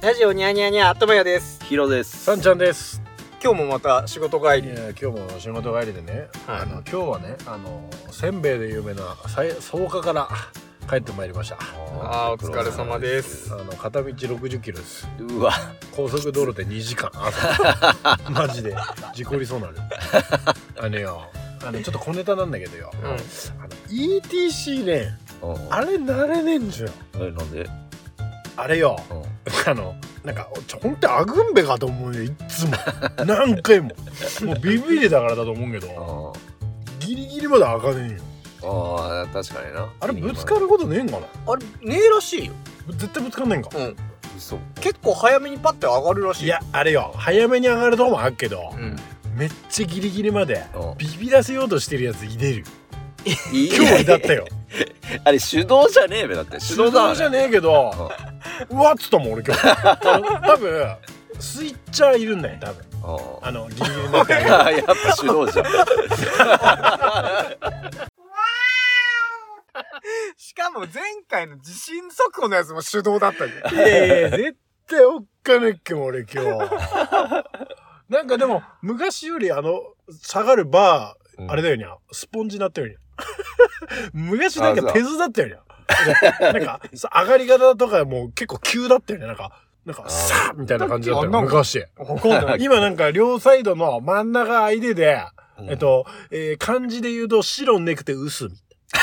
ラジオニャーニャーニャーともやです。 ヒロです。 さんちゃんです。 今日もまた仕事帰り。 今日も仕事帰りでね、今日はねせんべいで有名な草加から帰ってまいりました。 お疲れ様です。 片道60キロです。 うわ、 高速道路で2時間マジで事故りそうなる。ちょっと小ネタなんだけどよ、ETC ね、あれ慣れねえんじゃん。 なんで？ あれよ、なんかほんとあぐんべかと思うよ、いつも何回ももうビビりだからだと思うけどギリギリまで開かねえよ。 ああ、確かにな。 あれぶつかることねえんかな。 あれねえらしいよ。 絶対ぶつかんねえんか。 嘘。結構早めにパッて上がるらしい。 いや、あれよ、早めに上がるとこもあるけど、めっちゃギリギリまでビビらせようとしてるやついでる。今日だったよ。 あれ手動じゃねえべ。だって手動じゃねえけど、うわっつったもん俺今日。多分スイッチャーいるんだよ、多分。ギリギリになってる。 やっぱ手動じゃん。 しかも前回の地震速報のやつも手動だったじゃん。 いや絶対おっかねっけも俺今日。なんかでも昔より下がるバー、あれだよにゃ、スポンジになったよにゃ。昔なんか手伝ったよにゃ。なんか上がり方とかも結構急だったよね。なんかさーみたいな感じだったよ昔。今なんか両サイドの真ん中相手で、漢字で言うと白ネクテウスみ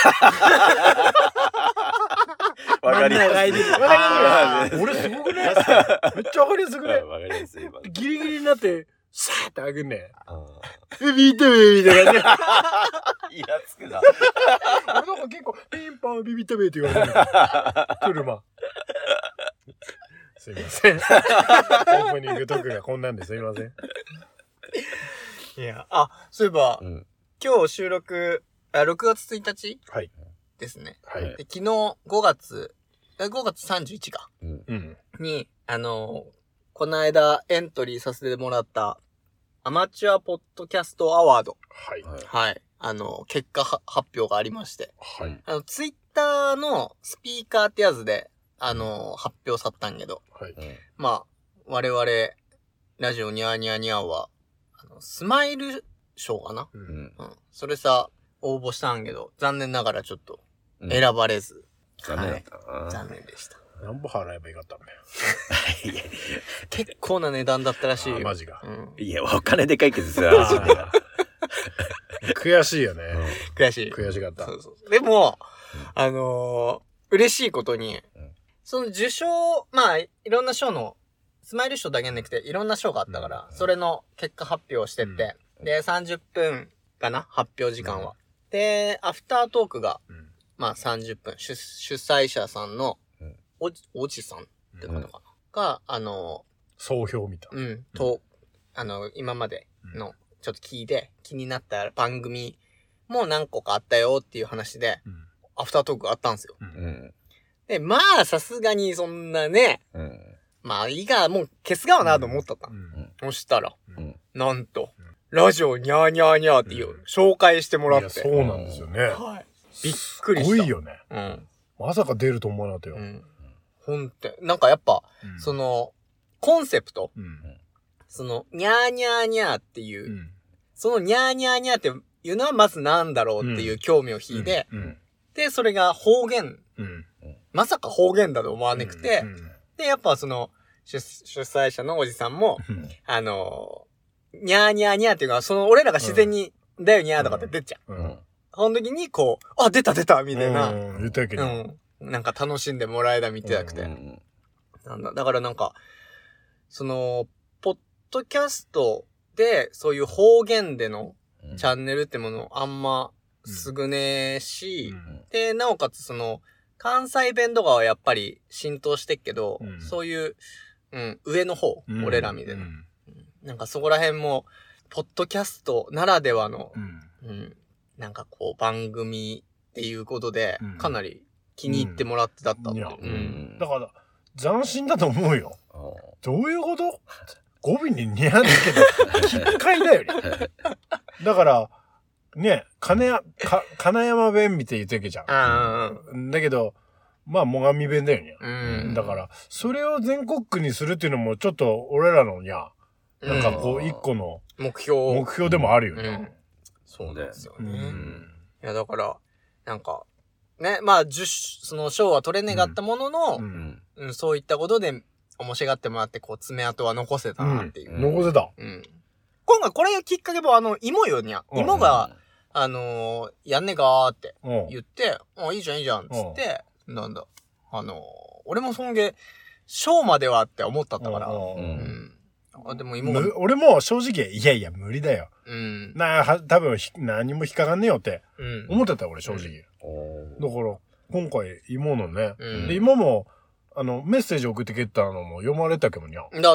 わかりやすい。 俺すごくね、めっちゃわかりやすくね。 わかりやすい。 ギリギリになってさーって開くんね。ビビったべみたいな感じ。 イラつくな。 俺なんか結構ピンポンビビったべって言われる。車。すいません。オープニングトークがこんなんですいません。 いや、そういえば、今日収録6月1日ですね。 はい。 で昨日5月31か。に、この間エントリーさせてもらったアマチュアポッドキャストアワード。はい。結果発表がありまして。 はい。 ツイッターのスピーカーってやつで、発表さったんけど。 はい。 まあ、我々、ラジオニャーニャーニャーは、スマイル賞かな。それさ、応募したんけど、残念ながらちょっと、選ばれず。 残念でした。 何歩払えばよかったんだよ。 結構な値段だったらしいよ。 マジか。 いや、お金でかいけどさ。 悔しいよね。 悔しい。 悔しかった。 そう。でも、嬉しいことに、その受賞、まあ、いろんな賞の、スマイル賞だけじゃなくて、いろんな賞があったから、それの結果発表してって、で、30分かな発表時間は。で、アフタートークが、まあ30分、主催者さんの、おじさんって方かな、が、 総評みたいな。 と、今までの、ちょっと聞いて、気になった番組も何個かあったよっていう話で、アフタートークがあったんですよ。で、まあ、さすがにそんなね、まあ、いいが、もう消すがわなと思ったた。そしたら、なんと、ラジオニャーニャーニャーっていう、紹介してもらって。 そうなんですよね。 はい。びっくりした。 すごいよね。まさか出ると思わなかったよ。 ほんと、なんかやっぱ、その、コンセプト、その、ニャーニャーニャーっていう、そのニャーニャーニャーっていうのはまずなんだろうっていう興味を引いて、で、それが方言、まさか方言だと思わなくて、で、やっぱその、主催者のおじさんも、ニャーニャーニャーっていうのは、その俺らが自然に、だよニャーとかって出ちゃう。その時にこう、出たみたいな。 言ったけど。 なんか楽しんでもらえたみたいなくて。だからなんか、その、ポッドキャストで、そういう方言でのチャンネルってものあんま少ねえし、で、なおかつその、関西弁とかはやっぱり浸透してっけど、そういう、上の方、俺らみたいな。なんかそこら辺も、ポッドキャストならではの、なんかこう番組っていうことで、かなり気に入ってもらってだったって。 だから、斬新だと思うよ。どういうこと？語尾に似合うけど、きっかいだよね。だから、ね、金山弁みたい言ってるけじゃん。だけど、 まあ、最上弁だよね。だから、それを全国区にするっていうのも、ちょっと俺らのにゃ、なんかこう、一個の目標でもあるよね。 そうですよね。いや、だから、なんか、ね、まあ、その賞は取れねがったものの、そういったことで面白がってもらって、こう、爪痕は残せたなっていう。 残せた。 今回これがきっかけも、芋よにゃ。芋が、やんねかーって言って、いいじゃんいいじゃん、つって、なんだ、俺もそんげ、賞まではって思ったから、でも芋が俺も正直、いやいや、無理だよ。多分、何も引っかかんねえよって、思ってた俺、正直。だから、今回、芋のね、で、芋も、メッセージ送ってけったのも読まれたけどにゃ。 だから、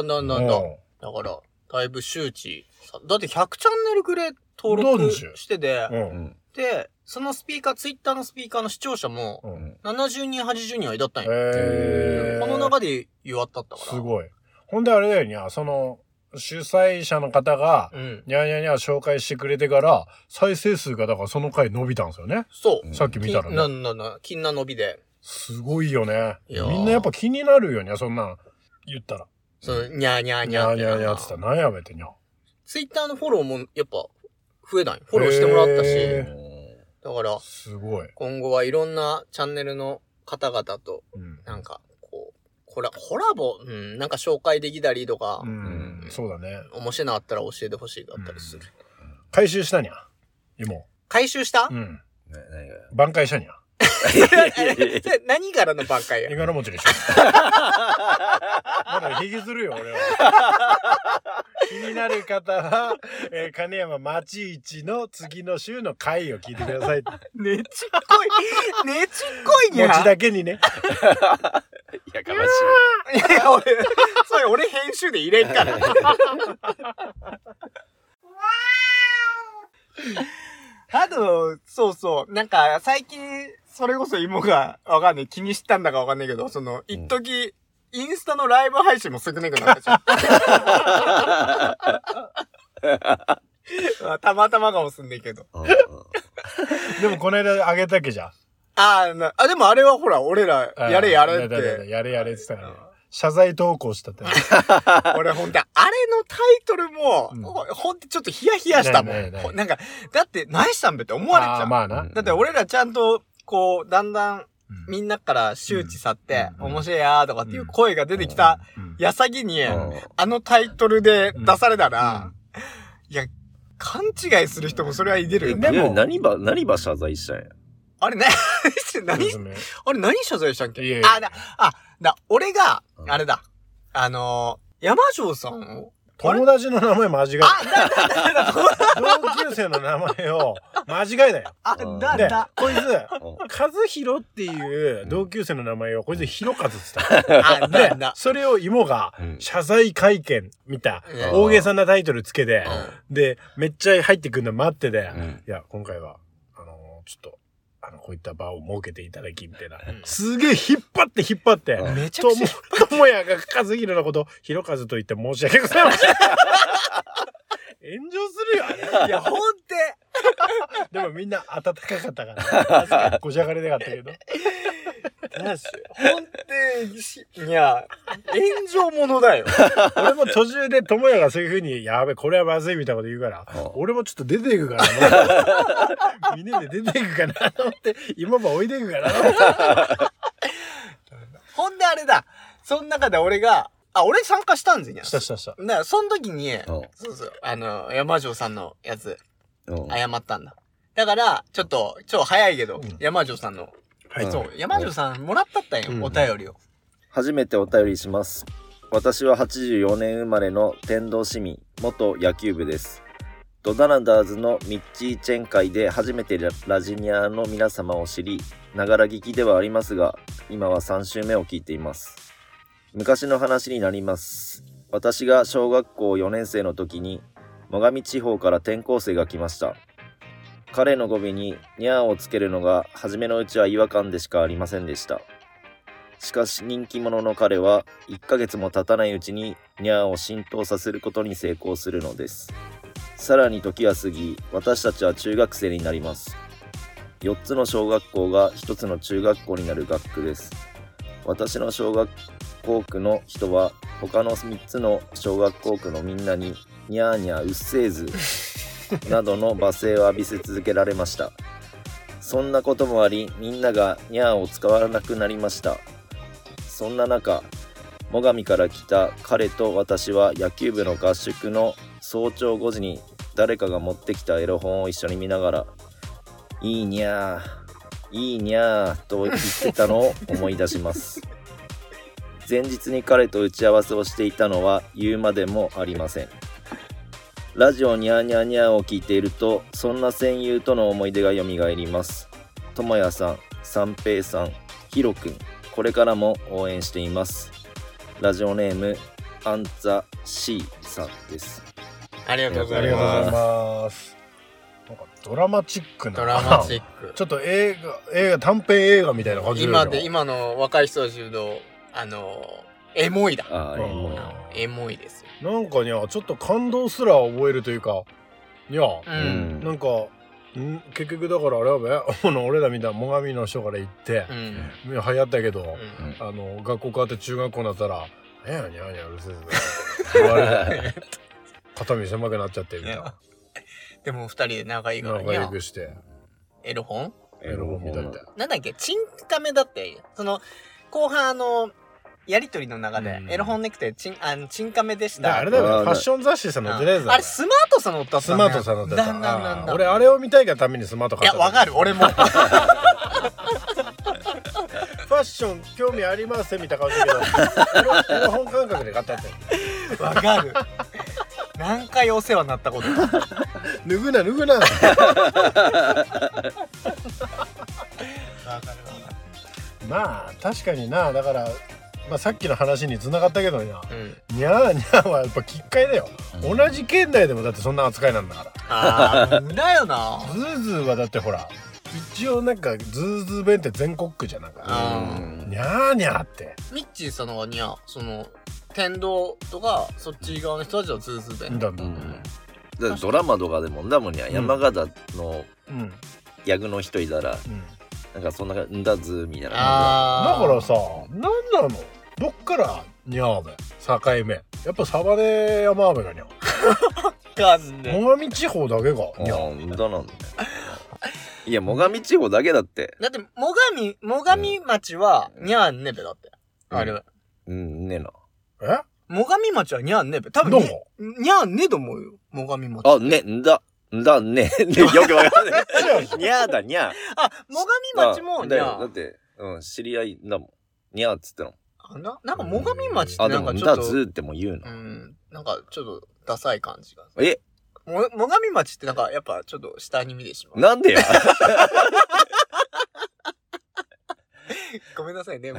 だいぶ周知。だって100チャンネルくらい登録してて、で、そのツイッターのスピーカーの視聴者も、70人、80人はいだったんよ。この中で言わったったから。 すごい。ほんであれだよにゃ、その、主催者の方が、にゃにゃ紹介してくれてから、再生数がだからその回伸びたんですよね。 そう。 さっき見たらね。 金な伸びで。 すごいよね。みんなやっぱ気になるよにゃ、そんなん言ったら。 にゃーにゃーにゃー。 にゃーにゃーって言ったら何やめてにゃ。 ツイッターのフォローもやっぱ増えない。フォローしてもらったし。だから、 すごい。 今後はいろんなチャンネルの方々と、なんか、こう、コラボ、なんか紹介できたりとか、 そうだね。 面白いのあったら教えてほしいかったりする。 回収したにゃ。芋。 回収した？挽回したにゃ。 何柄の挽回や？ 絵柄持ちでしょ。まだ引きずるよ、俺は。気になる方は、金山町一の次の週の回を聞いてください。 ねちっこいにゃ。 餅だけにね。 やかましい。 いや、俺編集で入れんから。あと、そう、なんか、最近、それこそ芋が、わかんない、気にしたんだかわかんないけど、一時、インスタのライブ配信も少なくなったじゃん。たまたまかもすんねえけど。 でも、この間あげたっけじゃん。 でもあれはほら、俺ら、やれって。 やれって言ったから。謝罪投稿したって。 俺ほんと、あれのタイトルも、ほんとちょっとヒヤヒヤしたもん。なんか、だって、何したんべって思われちゃう。 まあな。 だって俺らちゃんと、こう、だんだん、みんなから周知さって、面白いやーとかっていう声が出てきた矢先に、あのタイトルで出されたら、いや、勘違いする人もそれはい出るよ。 でも、何ば謝罪したんや。 あれね、何謝罪したんけ？俺が、あれだ。山城さんを、 友達の名前間違えた。同級生の名前を間違えたよ。で、こいつ、和弘っていう同級生の名前をこいつ弘和って言った。で、それを芋が謝罪会見見た大げさなタイトルつけて、で、めっちゃ入ってくるの待ってて、いや、今回は、ちょっと、こういった場を設けていただき、みたいな。すげえ引っ張って、 めちゃくちゃともやが和弘のこと、弘和と言って申し訳ございません。炎上するよ、あれ。 いや、ほんて。 でもみんな温かかったから。確かにごじゃがれなかったけど。 ほんて、いや、炎上者だよ。 俺も途中で友也がそういう風に、やべ、これはまずいみたいなこと言うから、俺もちょっと出ていくからな。みんなで出ていくかなと思って、今も置いていくからな。 ほんであれだ。その中で俺が、俺参加したんですよ。 した。 だから、その時に、山城さんのやつ、謝ったんだ。だから、ちょっと、超早いけど、山城さんの、そう、山城さんもらったったんよ、お便りを。 初めてお便りします。私は84年生まれの天童市民、元野球部です。ドダナダーズのミッチーチェン会で初めてラジニアの皆様を知り、ながら聞きではありますが、今は3週目を聞いています。昔の話になります。私が小学校4年生の時に、最上地方から転校生が来ました。彼の語尾にニャーをつけるのが初めのうちは違和感でしかありませんでした。しかし人気者の彼は1ヶ月も経たないうちにニャーを浸透させることに成功するのです。さらに時は過ぎ、私たちは中学生になります。 4つの小学校が1つの中学校になる学区です。私の小学校区の人は他の3つの小学校区のみんなににゃーにゃーうっせーずなどの罵声を浴びせ続けられました。そんなこともあり、みんながにゃーを使わなくなりました。そんな中、最上から来た彼と私は野球部の合宿の早朝5時に誰かが持ってきたエロ本を一緒に見ながら、いいにゃー、いいにゃーと言ってたのを思い出します。前日に彼と打ち合わせをしていたのは言うまでもありません。ラジオにゃーにゃーにゃーを聞いていると、そんな戦友との思い出がよみがえります。ともやさん、三平さん、ひろくん、これからも応援しています。ラジオネームアンザ C さんです。 ありがとうございありがとうございまます。なんかドラマチックな。 す。ドラマチック。 ちょっと短編映画みたいな感じで。 今の若い人たち言うと、エモいだ。エモいですよ。 なんかにゃ、ちょっと感動すら覚えるというか、にゃ、なんか、結局だからあれはべ、俺らみたいな最上の人から行って、流行ったけど、学校変わって中学校になったら、にゃにゃうるせえぞ。言われて、肩身狭くなっちゃってみたいな。 でも二人で仲いいからにゃ。 仲良くして。 エロ本みたいな。 なんだっけ、チンカメだって、後半やりとりの中で、エロ本ネクタイ、チンカメでした。 あれだよね、ファッション雑誌さんの出ないぞ。 あれ、スマートさんの歌ったスマートさんの歌った。俺、あれを見たいがためにスマート買った。 いや、わかる、俺も。 ファッション興味ありませんみたいな顔してるけど、エロ本感覚で買ったって。 わかる。何回お世話になったことか。 脱ぐな。まあ確かにな、だからさっきの話に繋がったけどにゃーはやっぱきっかいだよ。同じ県内でもだってそんな扱いなんだから。 だよな。 ズーズーはだってほら一応なんかズーズー弁って全国区じゃなくてにゃーってミッチーさんのはにゃ天童とかそっち側の人たちはズーズー弁だドラマとかでもんだもんにゃ、山形の役の人いたらなんかそんなんだずみたいな。だからさ、なんなのどっからにゃーべ境目やっぱサバネ山辺がにゃ最上地方だけがにゃーだなんだよ。いや、最上地方だけだって。 だって最上町はにゃーねべだってあれ。 ねえな。 最上町はにゃーねべ多分にゃーねと思うよ最上町。 あ、ねよくわかんない。にゃーだにゃー。 最上町もにゃーだって知り合いだもん。にゃーっつっての。 なんか最上町ってなんかちょっとだずっても言うの。 なんかちょっとダサい感じが。 最上町ってなんかやっぱちょっと下に見てしまう。 なんでや。 ごめんなさいね。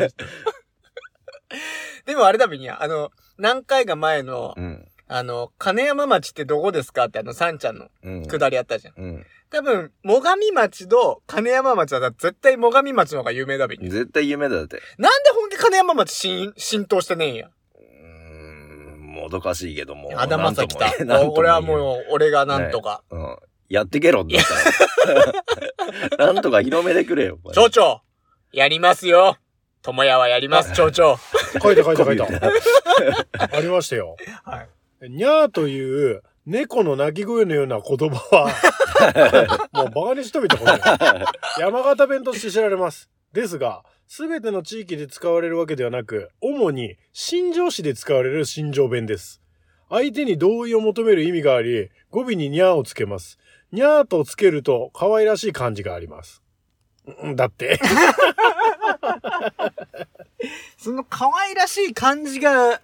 でもあれだべにゃ、何回か前の、金山町ってどこですかってサンちゃんの下りあったじゃん。多分、最上町と金山町は絶対最上町の方が有名だべに。 絶対有名だって。 なんで本気金山町浸透してねえんや。 もどかしいけども。 あだまさきた。俺はもう、俺がなんとか。 やってけろんだったら。なんとか広めてくれよ。 町長やりますよ友也はやります、町長。 書いた。ありましたよ。はい。にゃーという猫の鳴き声のような言葉は、もうバカにしとみたことない。山形弁として知られます。ですが、すべての地域で使われるわけではなく、主に新庄市で使われる新庄弁です。相手に同意を求める意味があり、語尾ににゃーをつけます。にゃーとつけると可愛らしい感じがあります。だって。 その可愛らしい感じが、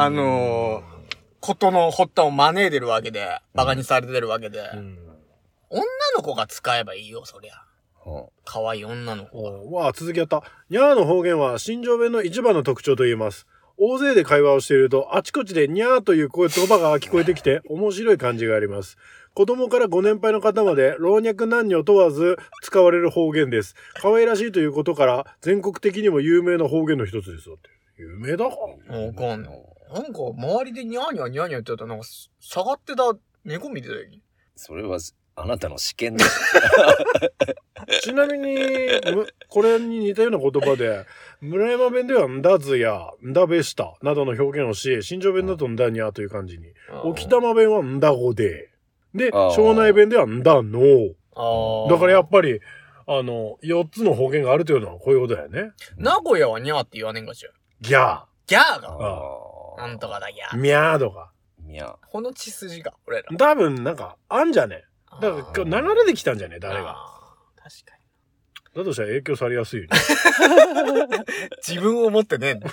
ことの発端を招いてるわけで、バカにされてるわけで、女の子が使えばいいよ、そりゃ。可愛い女の子が。 続きやった。にゃーの方言は新庄弁の一番の特徴と言えます。大勢で会話をしていると、あちこちでにゃーという言葉が聞こえてきて、面白い感じがあります。子供からご年配の方まで老若男女問わず使われる方言です。可愛らしいということから全国的にも有名な方言の一つですよって。有名だか？ わかんない。なんか周りでニャーニャーニャーニャーって言ったらなんか下がってた猫見てたよ。 それはあなたの試験です。 ちなみに、これに似たような言葉で、村山弁ではんだずや、んだべしたなどの表現をし、新庄弁だとんだにゃという感じに。沖玉弁はんだごで。で、庄内弁ではんだの。だからやっぱり、4つの方言があるというのはこういうことだよね。 名古屋はにゃーって言わねんかしら。 ギャー。 ギャーが。なんとかだギャー。 ミャーとか。 ミャー。 この血筋が、俺ら。 多分なんか、あんじゃね。だから流れできたんじゃね誰が。 確かに。 だとしたら影響されやすいよね。 自分を持ってね。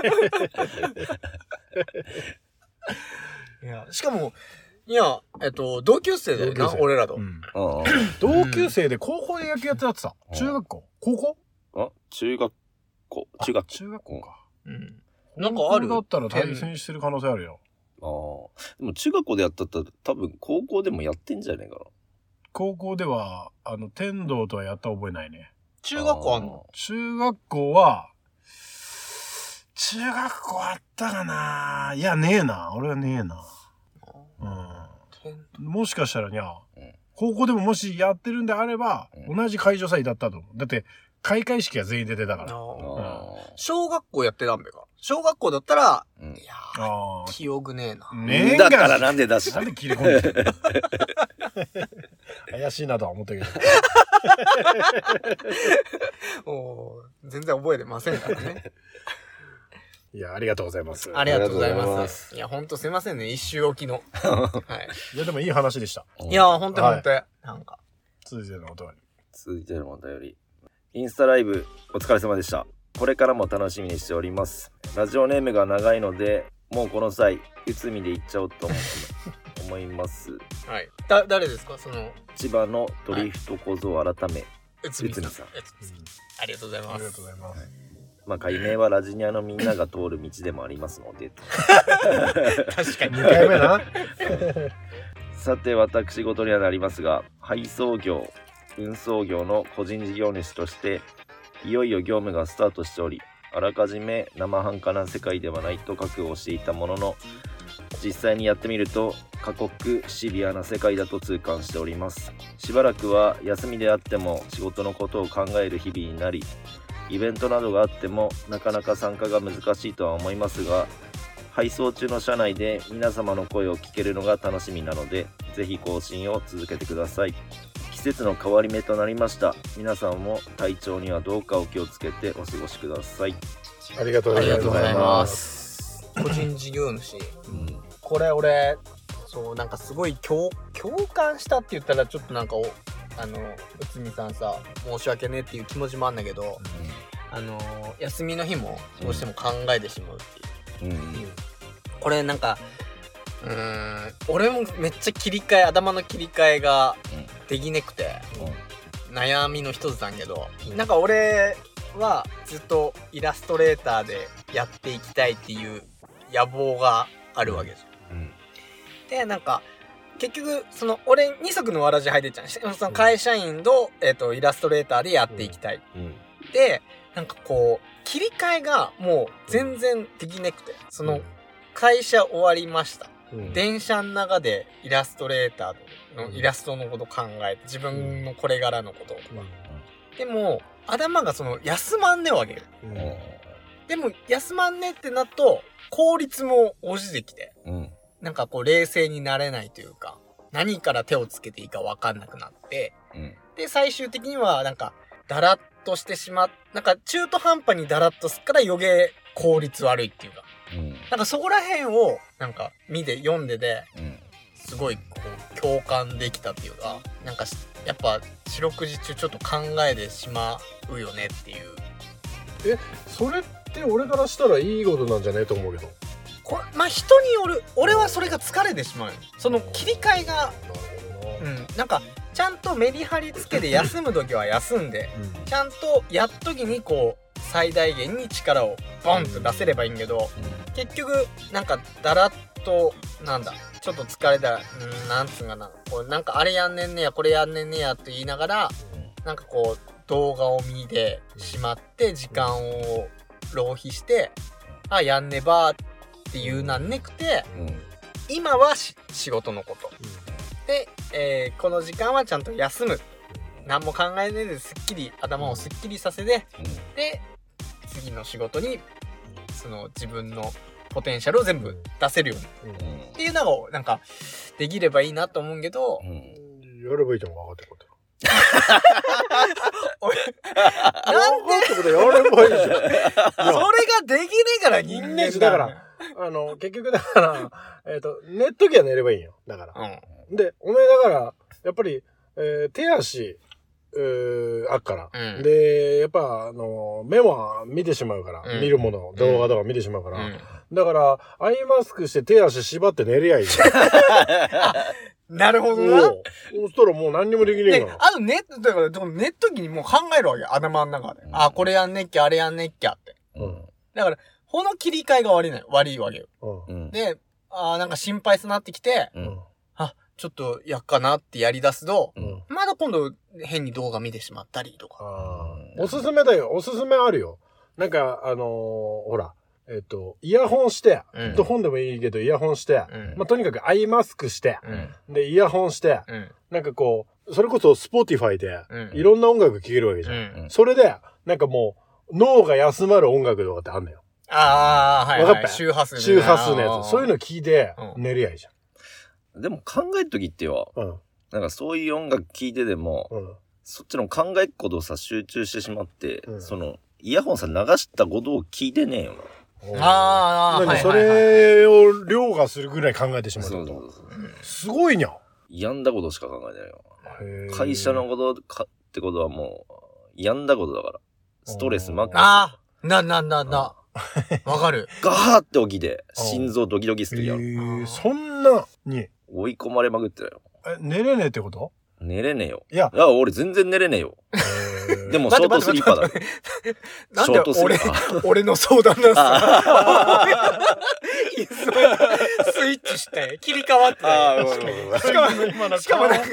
いや、しかも、いや、同級生だよな、俺らと。 同級生で高校で野球やってた。中学校高校中学校。 中学校か。 なんかあるだったら対戦してる可能性あるよ。 でも中学校でやったったら多分高校でもやってんじゃねえかな。 高校では、天童とはやった覚えないね。 中学校あんの？ 中学校は、中学校あったかないや、ねえな。俺はねえな。もしかしたらにゃ、高校でももしやってるんであれば、同じ会場祭だったと思う。だって、開会式は全員出てたから。 小学校やってたんべか。小学校だったら、いやー、記憶ねえな。 ねえだからなんで出したなんで切り込んでる怪しいなとは思ったけど。 全然覚えてませんからね。 いや、ありがとうございます。 ありがとうございます。いや、ほんとすいませんね。一周おきの。はい。 いや、でもいい話でした。 いや、ほんとほんと。なんか。 続いてのお便り。 続いてのお便り。インスタライブ、お疲れ様でした。これからも楽しみにしております。ラジオネームが長いので、もうこの際、内海で言っちゃおうと思います。 はい。誰ですかその。 千葉のドリフト小僧改め、 内海さん。ありがとうございます。 ありがとうございます。 まあ、解明はラジニアのみんなが通る道でもありますので。 確かに。 2回目な。 さて、私事にはなりますが、配送業、運送業の個人事業主として、いよいよ業務がスタートしており、あらかじめ生半可な世界ではないと覚悟していたものの、実際にやってみると過酷シビアな世界だと痛感しております。しばらくは休みであっても仕事のことを考える日々になり、イベントなどがあってもなかなか参加が難しいとは思いますが、配送中の車内で皆様の声を聞けるのが楽しみなので、ぜひ更新を続けてください。季節の変わり目となりました。皆さんも体調にはどうかお気をつけてお過ごしください。 ありがとうございます。 個人事業主、これ俺そうなんかすごい共感したって言ったらちょっとなんか内海さんさ申し訳ねえっていう気持ちもあんだけど、休みの日もどうしても考えてしまうっていう、これなんか俺もめっちゃ頭の切り替えができねくて、悩みの一つなんけど、なんか俺はずっとイラストレーターでやっていきたいっていう野望があるわけですよ。でなんか結局その俺二足のわらじ履いてっちゃう。その会社員の、イラストレーターでやっていきたい。でなんかこう切り替えがもう全然できなくて、その会社終わりました。電車の中でイラストレーターのイラストのこと考えて自分のこれからのこととか、でも頭がその休まんねえわけよ、でも休まんねえってなると効率も落ちてきて、なんかこう冷静になれないというか何から手をつけていいか分かんなくなって、で最終的にはなんかダラッとしてなんか中途半端にダラッとすっから余計効率悪いっていうか、なんかそこら辺をなんか読んですごいこう共感できたっていうか、なんかやっぱ四六時中ちょっと考えてしまうよねっていう。 それって俺からしたらいいことなんじゃねえと思うけど、 まあ人による。俺はそれが疲れてしまうよ。その切り替えがなんかちゃんとメリハリつけて休む時は休んで、ちゃんとやっときにこう最大限に力をボンと出せればいいんけど、結局なんかだらっとなんだちょっと疲れたなんつうんかな、こうなんかあれやんねんねやこれやんねんねやと言いながらなんかこう動画を見てしまって時間を浪費してやんねばっていうなんねくて、今は仕事のこと、でこの時間はちゃんと休む。何も考えないで頭をすっきりさせて、で、次の仕事に、その自分のポテンシャルを全部出せるように。っていうのを、なんか、できればいいなと思うんけど、 やればいいとも分かってこと。 俺、 なんでってことやればいいじゃん。 それができねえから人間だから、結局だから、寝っときは寝ればいいよ。だから。で、お前だから、やっぱり、手足、あっから。で、やっぱ、目は見てしまうから。見るもの、動画とか見てしまうから。だから、アイマスクして手足縛って寝りゃいいじゃん。 なるほどな。そしたらもう何にもできねえから。 あとだから、寝っときにもう考えるわけ。頭の中で。あ、これやんねっきゃ、あれやんねっきゃって。だから、この切り替えが悪いわけよ。で、なんか心配となってきて、ちょっとやっかなってやり出すと、まだ今度変に動画見てしまったりとか。 おすすめだよ。おすすめあるよ。なんか、ほら、イヤホンして、本でもいいけどイヤホンして、とにかくアイマスクして、で、イヤホンして、なんかこう、それこそSpotifyで、いろんな音楽聴けるわけじゃん。それで、なんかもう、脳が休まる音楽とかってあんのよ。 はい。 わかった？ 周波数のやつ。そういうの聞いて、寝りゃいいじゃん。 でも考えるときってよ、なんかそういう音楽聴いてでも、そっちの考えっことをさ、集中してしまって、イヤホンさ、流したことを聞いてねえよな。それを凌駕するぐらい考えてしまうってこと。すごいにゃ。 病んだことしか考えてないよ。会社のことってことはもう、病んだことだから。ストレスマックス。 わかる。 ガーって起きて、心臓ドキドキするやん。そんなに追い込まれまくってたよ。 寝れねえってこと？ 寝れねえよ。 いや、 俺全然寝れねえよ。でもショートスリーパーだ。 なんで俺の相談なんすか？スイッチして切り替わって。しかもなんか、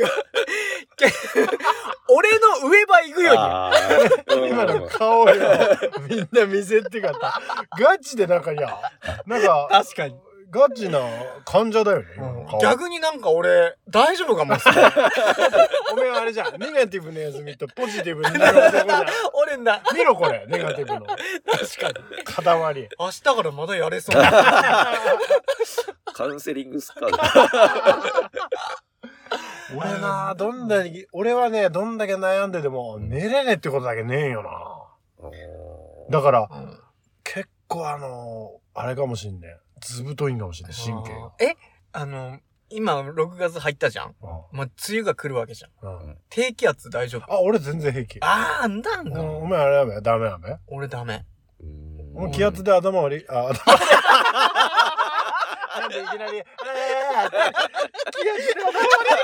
俺の上歯行くよに。今の顔よ。みんな見せてかった。ガチでなんか確かに。 ガチな患者だよね。 逆になんか俺、大丈夫かもしれない。 おめえあれじゃん。ネガティブなやつ見るとポジティブになる男じゃん。 俺んだ。 見ろこれ、ネガティブの。 確かに。 塊。 明日からまだやれそう。 カウンセリングスカー俺はね、どんだけ悩んででも、寝れねえってことだけねえよな。だから、結構あれかもしんねえ。ずぶといんかもしれない、神経が。 今、6月入ったじゃん。まあ、梅雨が来るわけじゃん。低気圧大丈夫？ 俺全然平気。 なんだ。 お前あれやべ？ダメやべ？ 俺ダメ。 もう気圧で頭悪い。なんでいきなり、気圧で頭悪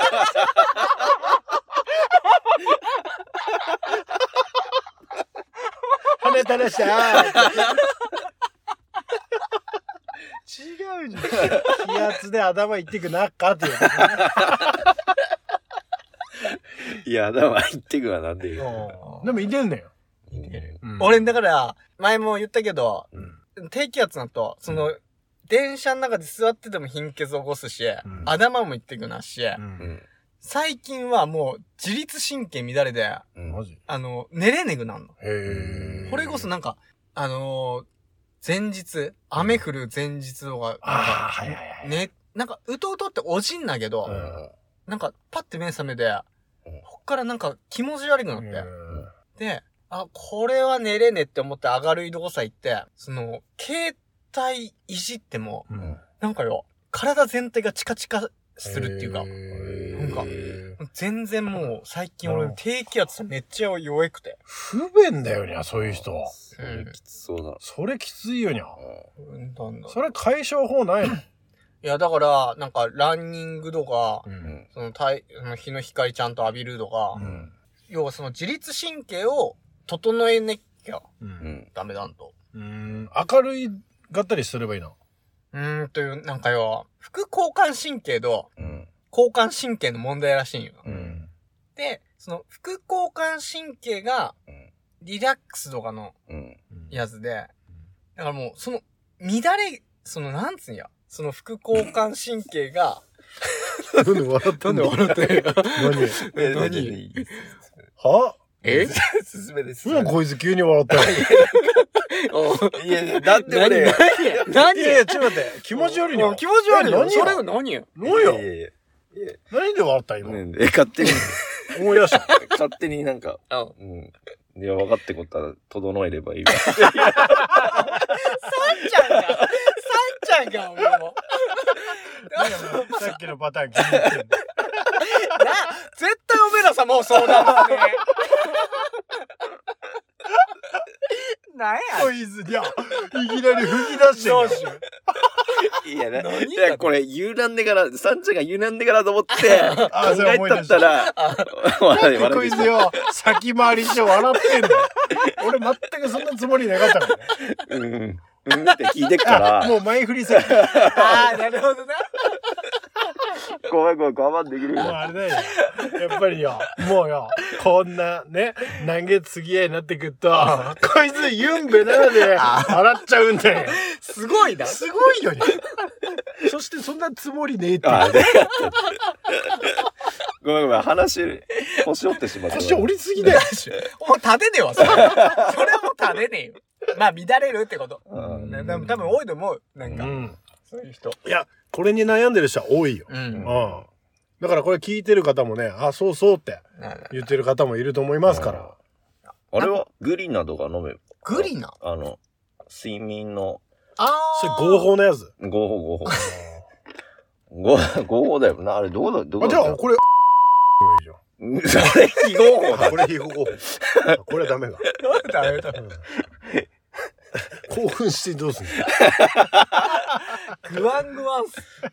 い。跳ねたらした違うじゃん。気圧で頭いってくなっかっていう。 いや、頭いってくはなんで言う。 でもいてんねよ。 俺、だから、前も言ったけど、低気圧だと、電車の中で座ってても貧血を起こすし、頭もいってくなし、最近はもう自律神経乱れで、寝れねぐなんの。これこそなんか、前日、雨降る前日とか、なんか、うとうとっておじんだけど、なんか、パッて目覚めて、こっからなんか気持ち悪くなって、で、これは寝れねえって思って明るいとこさ行って、携帯いじっても、なんかよ、体全体がチカチカするっていうか、なんか、全然もう、最近俺、低気圧めっちゃ弱くて。 不便だよにゃ、そういう人は。 それきつそうだ。 それきついよにゃ。それ解消法ないの？いや、だから、なんか、ランニングとか、日の光ちゃんと浴びるとか、要は自律神経を整えなきゃ、ダメだんと。 明るいがったりすればいいな。 なんかよ、副交感神経と、交感神経の問題らしいんよ。で、副交感神経が、リラックスとかの、やつで、だからもう、乱れ、なんつうんや、副交感神経が、 なんで笑ってんの？ なんで笑ってんの？ 何？は？ 進めです。 こいつ急に笑ったよ。 いや、だって俺。 何？ いや、ちょっと待って。気持ち悪いの？ 気持ち悪いの？それ何よ？ 何よ？何で笑った今？ 勝手に。 思い出した。 勝手になんか。いや、分かってことは、整えればいいわ。 さんちゃんが、俺も。 さっきのパターン気に入ってんの。 絶対おめらさもうそうだね。なんやこいつ、いや、いきなり吹き出してる。 いや、これ、言うなんでから、サンちゃんが言うなんでからと思って、考えたったら、 なんでこいつよ、先回りして笑ってんだよ。俺全くそんなつもりなかったからね。 って聞いてっから。 もう前振りせん。 ああ、なるほどな。 ごめん、我慢できるよ。 もうあれだよ。やっぱりよ、もうよ、こんなね、何月付き合いになってくると、こいつユンベなで笑っちゃうんだよ。 すごいな。 すごいよね。そしてそんなつもりねえって。 ごめん、話、腰折ってしまった。 腰折りすぎだよ。 もう立てねえわ、それはもう立てねえよ。まあ、乱れるってこと。多分多いと思う。なんか、そういう人。 いや、これに悩んでる人は多いよ。だからこれ聞いてる方もね、あ、そうそうって言ってる方もいると思いますから。 あれはグリナとか飲めば。 グリナ？ 睡眠の。 それ合法のやつ？ 合法だよな。あれどこだじゃあ、これ、 それ非合法だ。 これ非合法。これはダメだ。 ダメだ。 興奮してどうすんの？ グワングワン。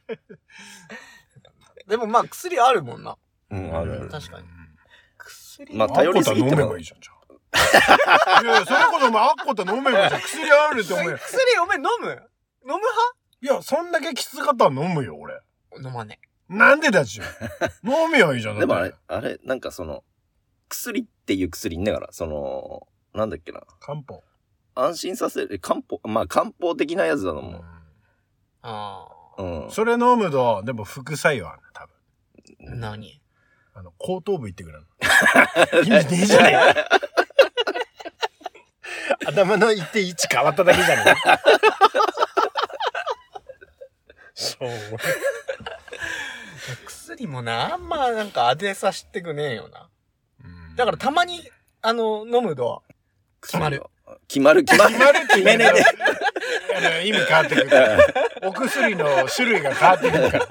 でもまあ薬あるもんな。 ある。 確かに。薬まあ頼りすぎても。 飲めばいいじゃん、じゃあ。いや、それこそお前アッコと飲めばいいじゃん。薬あるって思うよ。 薬お前飲む派？ いや、そんだけきつかったら飲むよ、俺。 飲まねえ。 なんでだっちゅう。飲めばいいじゃん。 でもあれ、なんか薬っていう薬ねえから、なんだっけな。 漢方。 安心させる、漢方的なやつだと思う。 それ飲むと、でも副作用あるね、多分。何？ 後頭部行ってくれんの。意味ねえじゃねえ。頭の一定位置変わっただけじゃねえ。そう。 薬もな、あんまなんか当てさせてくねえよな。だからたまに、飲むと、決まるってめねで。意味変わってくるから。お薬の種類が変わってくるから。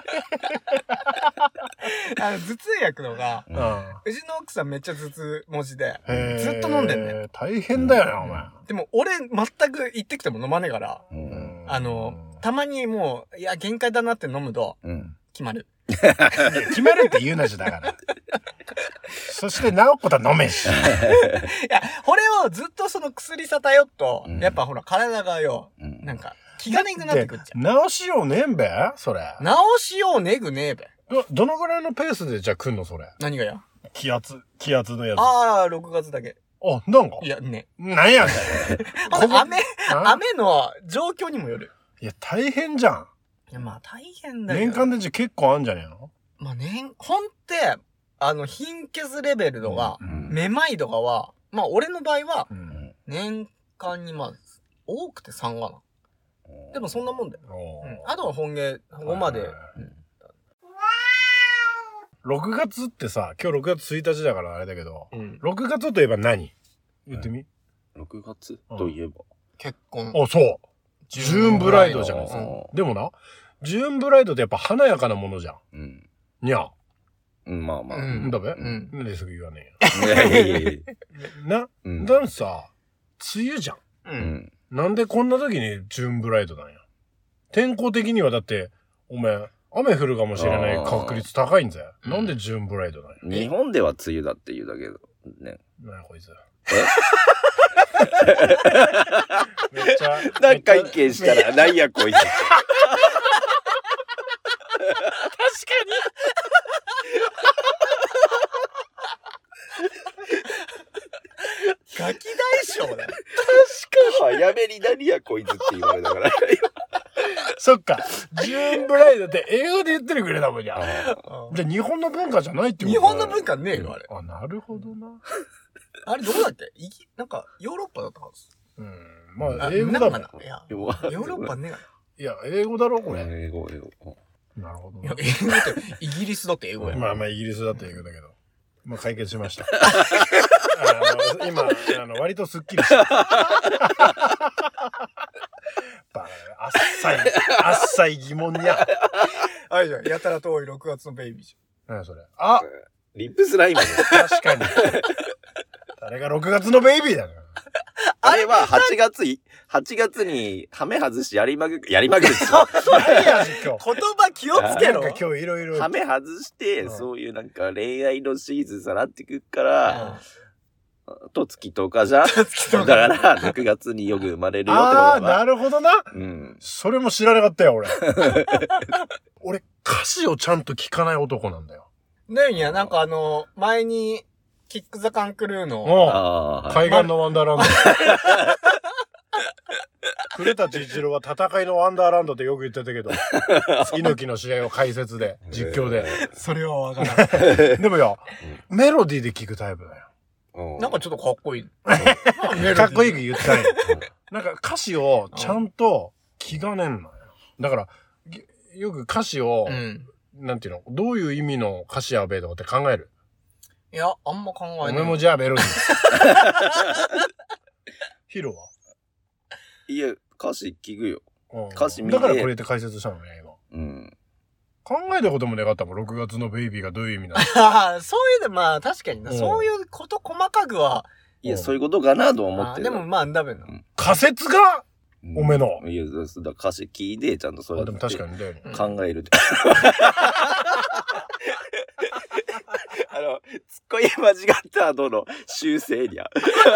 頭痛薬のが、うちの奥さんめっちゃ頭痛持ちで、ずっと飲んでんね。 大変だよな、お前。 でも俺全く行ってきても飲まねえから、たまにもう、いや、限界だなって飲むと、決まる。 決まるって言うなじゃだから。そして、なおことは飲めんし。いや、これをずっとその薬さ頼っと、やっぱほら、体がよ、なんか、気がねぐなってくっちゃう。 直しようねえんべそれ。 直しようねぐねえべ。 どのぐらいのペースでじゃあ来んのそれ。 何がや？ 気圧のやつ。 ああ、6月だけ。 あ、なんかいや、ね。 なんやねん。 雨の状況にもよる。 いや、大変じゃん。 いや、まあ大変だよ。 年間でじゃ結構あんじゃねえの？ まあほんって、貧血レベルとか、めまいとかは、まあ俺の場合は、年間にまあ、多くて3かな。でもそんなもんだよ。あとは本まで。 6月ってさ、今日6月1日だからあれだけど、6月といえば何？言ってみ？ 6月といえば。 結婚。 あ、そう。ジューンブライドじゃないですか。でもな、ジューンブライドってやっぱ華やかなものじゃん。にゃ。 まあまあ。 だべ？なんですぐ言わねえよ。な、だんさ、梅雨じゃん。なんでこんな時にジューンブライドなんや。天候的にはだって、お前、雨降るかもしれない確率高いんだよ。なんでジューンブライドなんや。 日本では梅雨だって言うだけど、ね。 なにこいつ。 めっちゃ。何回見したら、なんやこいつ。確かに。ガキ大将だよ。 確かに。早めに何やこいつって言われたから。 そっか。ジューンブライドって英語で言ってるくれだもんじゃん。じゃあ日本の文化じゃないってこと？ 日本の文化ねえよ、あれ。 あ、なるほどな。 あれどこだっけ？なんか、ヨーロッパだったはず。 まあ、英語だもん。 いや、ヨーロッパねえがな。 いや、英語だろ、これ。 英語。 なるほど。 いや、英語って、イギリスだって英語や。 まあ、イギリスだって英語だけど。まあ、解決しました。今、割とスッキリした。あっさい疑問にゃ。 あれじゃん、やたら遠い6月のベイビーじゃん。何それ。あ、 リップスライム。 確かに。誰が6月のベイビーだよ。 あれは8月にハメ外しやりまくるですよ。 何や、今日。 言葉気をつけろ。 なんか今日いろいろ。 ハメ外して、そういうなんか恋愛のシーズンさらってくっから、と月10日じゃん。だから6月によく生まれるよってことだ。 ああ、なるほどな。 うん。 それも知らなかったよ、俺。俺、歌詞をちゃんと聞かない男なんだよ。 ねえ、なんか前に、キックザカンクルーの、 海岸のワンダーランド。古舘一郎は戦いのワンダーランドってよく言ってたけど、猪木の試合を解説で、実況で。 それはわからない。 でもよ、メロディーで聞くタイプだよ。 なんかちょっとかっこいい。 かっこいい言ったい。なんか歌詞をちゃんと気がねんのよ。だから、よく歌詞を、なんていうの、どういう意味の歌詞やべえとかって考える？ いや、あんま考えない。 お前もじゃあメロディー。ヒロは？ いや、歌詞聞くよ。歌詞見て。 だからこれって解説したのね、今。 うん。 考えたこともなかったもん、6月のベイビーがどういう意味なの？ そういうの、まあ確かにな。そういうこと細かくは。 いや、そういうことかなと思ってる。 でもまあ、ダメな。 仮説がおめの。 いや、だ歌詞聞いて、ちゃんとそうやって。 でも確かにだよね。 考えるって。ツッコミ間違った後の修正にゃ。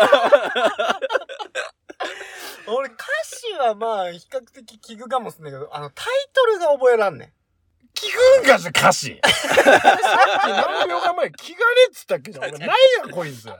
俺歌詞はまあ比較的聞くかもしれないけど、タイトルが覚えらんねん。 聞くんかし歌詞。さっき何秒か前聞かねえっつったっけじゃん。お前ないやこいつ。いや、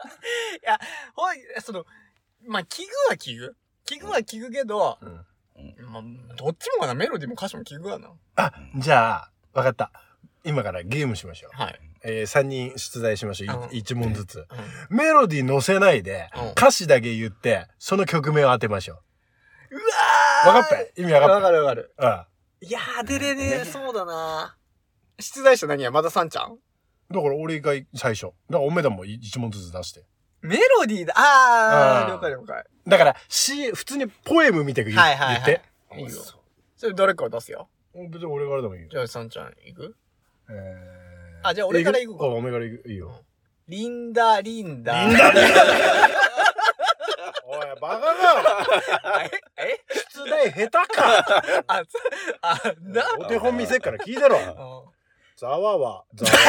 まあ聞くは聞く。聞くは聞くけど、まあ、どっちもかな。メロディーも歌詞も聞くわな。 あ、じゃあ、わかった。今からゲームしましょう。 はい。 3人出題しましょう。1問ずつ。メロディー載せないで、歌詞だけ言って、その曲名を当てましょう。 うわー！わかった？意味わかった？ わかるわかる。 いやー、出れねえ、そうだな。出題者何や、まださんちゃん？ だから俺が最初。だからおめだも1問ずつ出して。 メロディーだ。了解了解。 だから、普通にポエムみたいに言って。 いいよ。それ誰から出すよ。 別に俺からでもいいよ。 じゃあさんちゃん行く？じゃあ俺から行くか。 おめから行く。いいよ。 リンダ。おい、 バカが出題下手かお手本見せっから聞いてろ。ざわわ。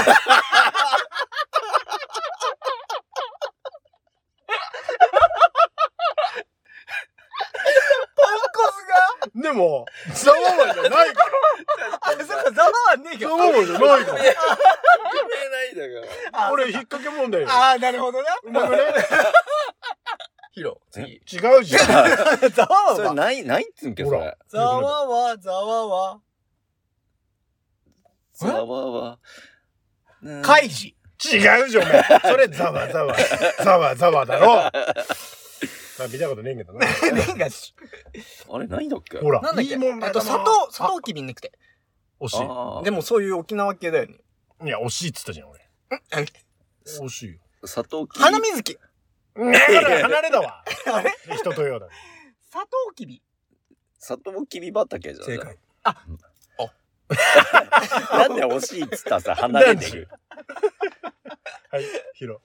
でも、ざわわじゃないから。 そっか、ざわわねえけど。 ざわわじゃないから。 言えないだから。 俺、引っ掛け問題よ。 なるほどな。 うまくね。 ヒロ、次。 違うじゃん。 ざわわそれないっつんけ、それ。 ざわわ。カイジ。 違うじゃん、お前。それ、ざわだろ。見たことねえけどな。 あれ、何だっけ？ ほら。 なんだっけ？砂糖きびんなくて。 惜しい。 でもそういう沖縄系だよね。 いや、惜しいっつったじゃん、俺。惜しいよ。 砂糖きび。 花水木。 離れだわ。 あれ？ 人とようだ。 砂糖きび。 砂糖きび畑じゃん。 正解。 なんで惜しいっつったさ、離れてる。 はい、ヒロ。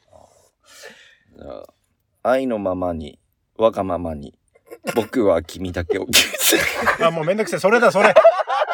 愛のままに、わがままに、僕は君だけを決めあ、もうめんどくせえ。それだ、それ。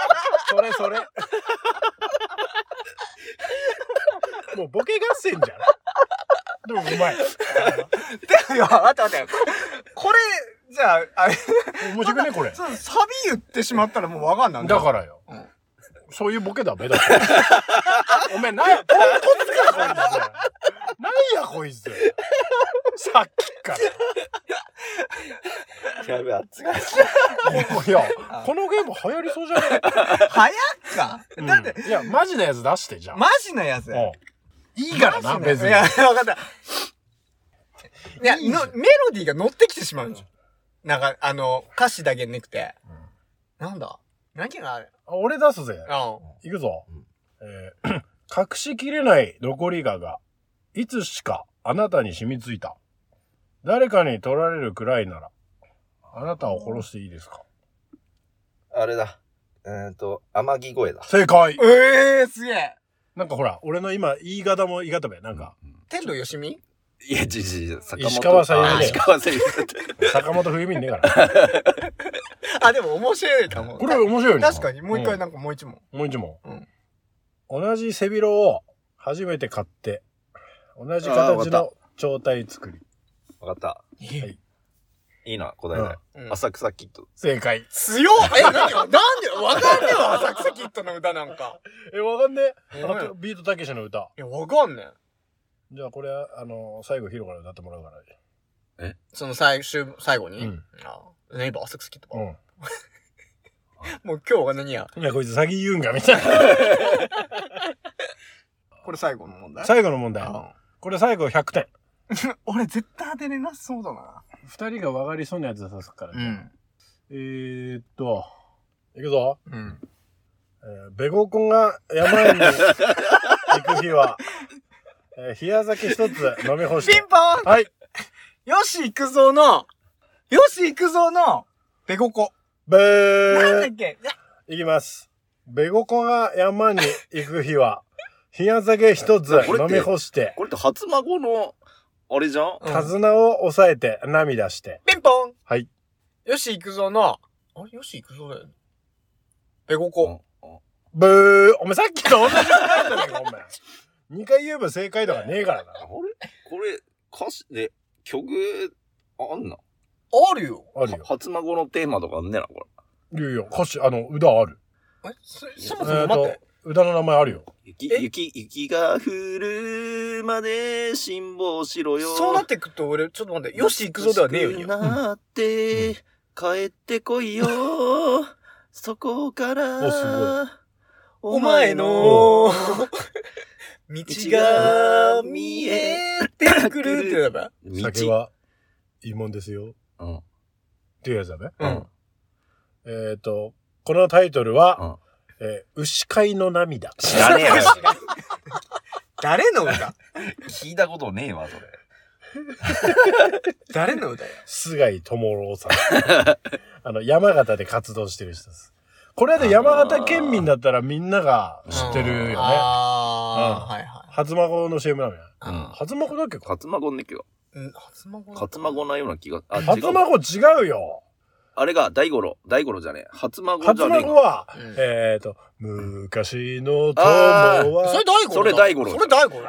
もうボケ合戦じゃん。でもうまい。 いや、待って。これ、じゃあ、 面白くね、これ。 サビ言ってしまったらもうわかんない。 だからよ。そういうボケだべだって。お前、ポンコツか、こいつ。なんや、こいつ。さっきから。 やべ、熱がいや、このゲーム流行りそうじゃね流行っか、だって、 いや、マジなやつ出して、じゃあ。 マジなやついいからな、別に。 いや、わかった。いや、メロディーが乗ってきてしまうの。なんか、歌詞だけなくて。なんだ何があれ俺出すぜ。いくぞ。隠しきれない残りがいつしかあなたに染みついた。誰かに取られるくらいなら、あなたを殺していいですか？ あれだ。天城声だ。 正解。 すげえ。 なんかほら、俺の今、言い方べ。なんか。 天童よしみ？ いや、 石川さゆりね。 石川さゆり。 坂本冬美ねえから。 あ、でも面白いかも。 これ面白いね。 確かに、もう一回なんかもう一問。 もう一問。同じ背広を初めて買って、同じ形の状態作り。 わかった。はい。いいな、答えない。浅草キッド。 正解。 強っなんでわかんねえわ、浅草キッドの歌なんか。 わかんねえ。ビートたけしの歌。 いや、わかんねえ。じゃあこれ、最後ヒロから歌ってもらうから。 その最後にねえば浅草キッドか。もう今日は何や。 いや、こいつ詐欺言うんか、みたいな。 これ最後の問題？ 最後の問題。これ最後100点。 俺絶対当てれなそうだな。 二人が分かりそうなやつ出すからね。いくぞ。ベゴコが山に行く日は、冷や酒一つ飲み干して。 ピンポン！ はい。 吉幾三のベゴコ。 なんだっけ？ いきます。ベゴコが山に行く日は、冷や酒一つ飲み干して。 これって初孫の、あれじゃん？ 手綱を押さえて涙して。 ピンポン！ はい。 吉幾三の、吉幾三だよね。ベゴコ。 ブー。お前さっきと同じ答えじゃねえか、お前。2回言えば正解とかねえからな。 これ、歌詞で、曲、あんな？ あるよ。 初孫のテーマとかあんねえな、これ。いや、歌詞、歌ある。 そもそも待って。 歌の名前あるよ。 雪が降るまで辛抱しろよ。 そうなってくと俺、ちょっと待って、よし行くぞではねえよ。 なって、帰ってこいよ。そこから、 お前の、道が見えてくるってやば。 酒はいいもんですよ。っていうやつだね。このタイトルは、牛飼いの涙。 知らねえよ。 誰の歌？ 聞いたことねえわ、それ。 誰の歌や？ 菅井智郎さん。山形で活動してる人です。これで山形県民だったらみんなが知ってるよね。はいはい。初孫の CM なのよ。初孫だっけか？ 初孫ねっけか。初孫なような気が。 初孫違うよ。 あれが大五郎じゃねえ。初孫じゃねえ。 初孫は、昔の友は。 それ大五郎。大五郎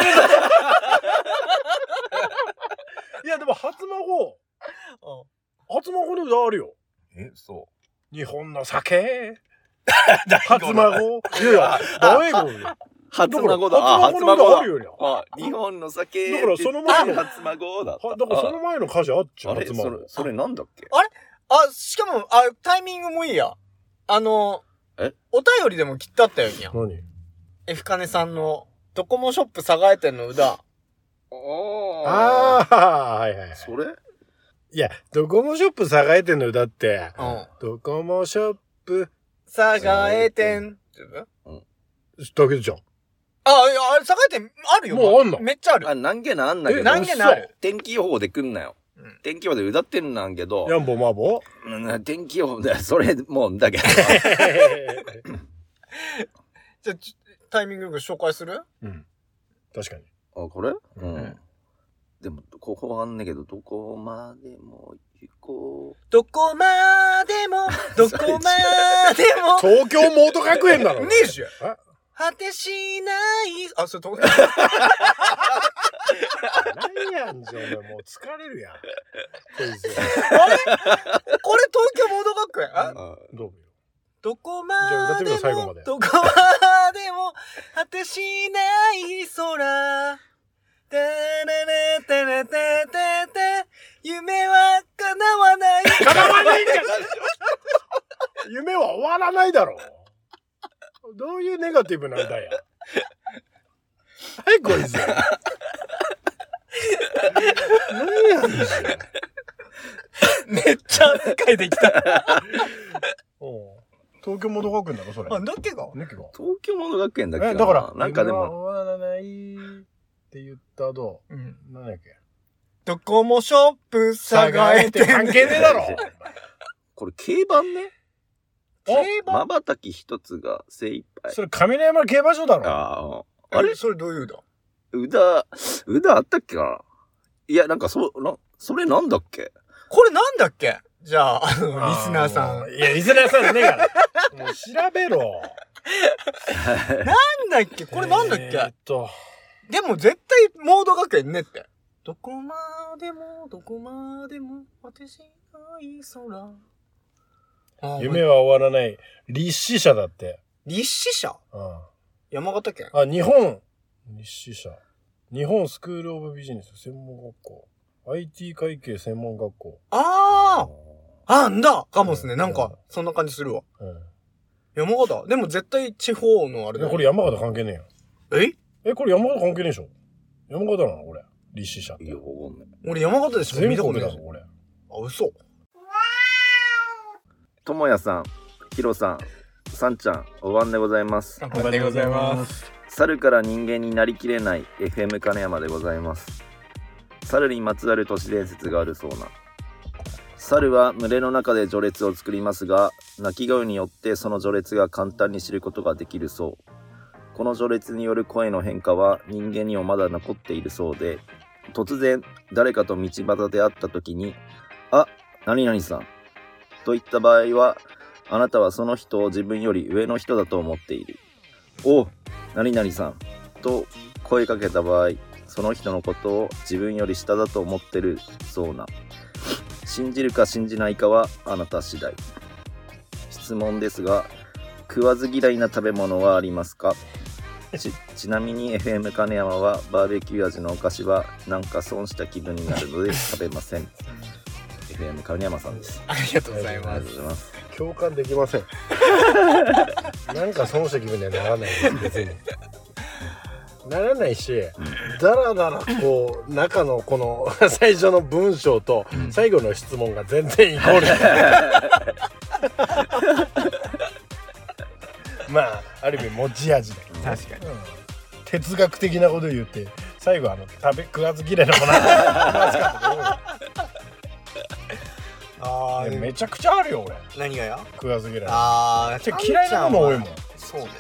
いや、でも初孫の歌あるよ。 そう。 日本の酒。初孫。いやいや、大五郎。 初孫だ。 初孫だ。あるよ。 日本の酒。 だからその前の初孫だ。 だからその前の歌詞あっちゃう。初孫。それなんだっけ？ あれ？しかも、タイミングもいいや。お便りでもきっとあったよにゃ。 何？ F カネさんのドコモショップ栄えてんの歌。 はいはい。 それ？ いや、ドコモショップ栄えてんの歌って、ドコモショップ栄えてん。 だけじゃん。 いや、栄えてん、あるよ。 もうあんの？ めっちゃある。 何気なあんだけど。 何気なある。 天気予報で来んなよ。天気予報で歌ってんなんけど。 ヤンボマーボ天気予報で、それもうだけど。 じゃあ、タイミングよく紹介する？ 確かに。 これ？でも、ここはあんねんけど、どこまでも行こう。 どこまでも、どこまでも。 東京モート学園だろ。 ねえじゃん。果てしない、それ東京。 何やんじゃん、もう疲れるやん。 あれこれ東京モード学園？ どうよ。 どこまでも、 最後まで。 どこまでも、果てしない空。てれれてれててて、夢は叶わない。叶らないだろ。どういうネガティブなんだよ。はい、こいつ。何やんでしめっちゃ汗かいてきた。 ょ。東京モード学園だろ、それ。 あ、だけがネキが。 東京モード学園だっけな。 だから、 なんかでも。 終わらないって言った後、なんだっけ。 ドコモショップ探えて関係ねえだろ。 これ競馬ね。 競馬瞬き一つが精一杯。 それ上野山競馬場だろ。 あれそれどういうだ歌あったっけかな。いや、なんかそれなんだっけ。 これなんだっけ。じゃあ、リスナーさん。 いや、リスナーさんじゃねえから。もう調べろ。 なんだっけこれなんだっけでも絶対モード学園ねって。どこまでも、どこまでも、私がいい空。 夢は終わらない。立志社だって。 立志社山形県日本。立志社。日本スクールオブビジネス専門学校。IT 会計専門学校。 んだかもっすね。なんか、そんな感じするわ。山形でも絶対地方のあれだよ。 これ山形関係ねえよ。これ山形関係ねえでしょ。山形なのこれ。立志社って。 いや、わかんない。 俺山形でしか見たことない。 全国だぞ、これ。 嘘。 ともやさん、ひろさん、さんちゃん、お晩でございます。 お晩でございます。 猿から人間になりきれない FM 金山でございます。猿にまつわる都市伝説があるそうな。猿は群れの中で序列を作りますが、鳴き声によってその序列が簡単に知ることができるそう。この序列による声の変化は人間にもまだ残っているそうで、突然誰かと道端で会った時に、あ、何々さんといった場合は、あなたはその人を自分より上の人だと思っている。お、何々さんと声かけた場合、その人のことを自分より下だと思ってるそうな。信じるか信じないかはあなた次第。質問ですが、食わず嫌いな食べ物はありますか？ちなみに FM 金山はバーベキュー味のお菓子はなんか損した気分になるので食べません。FM 金山さんです。 ありがとうございます。 共感できません。なんか損した気分にはならない別に。ならないし、だらだらこう中のこの最初の文章と最後の質問が全然イコール。まあある意味持ち味だけど、ね、 確かに、 哲学的なこと言って最後食わず嫌いなものありますか？めちゃくちゃあるよ俺。 何がや？ 食わず嫌い。 嫌いなもの多いもん。 そうね。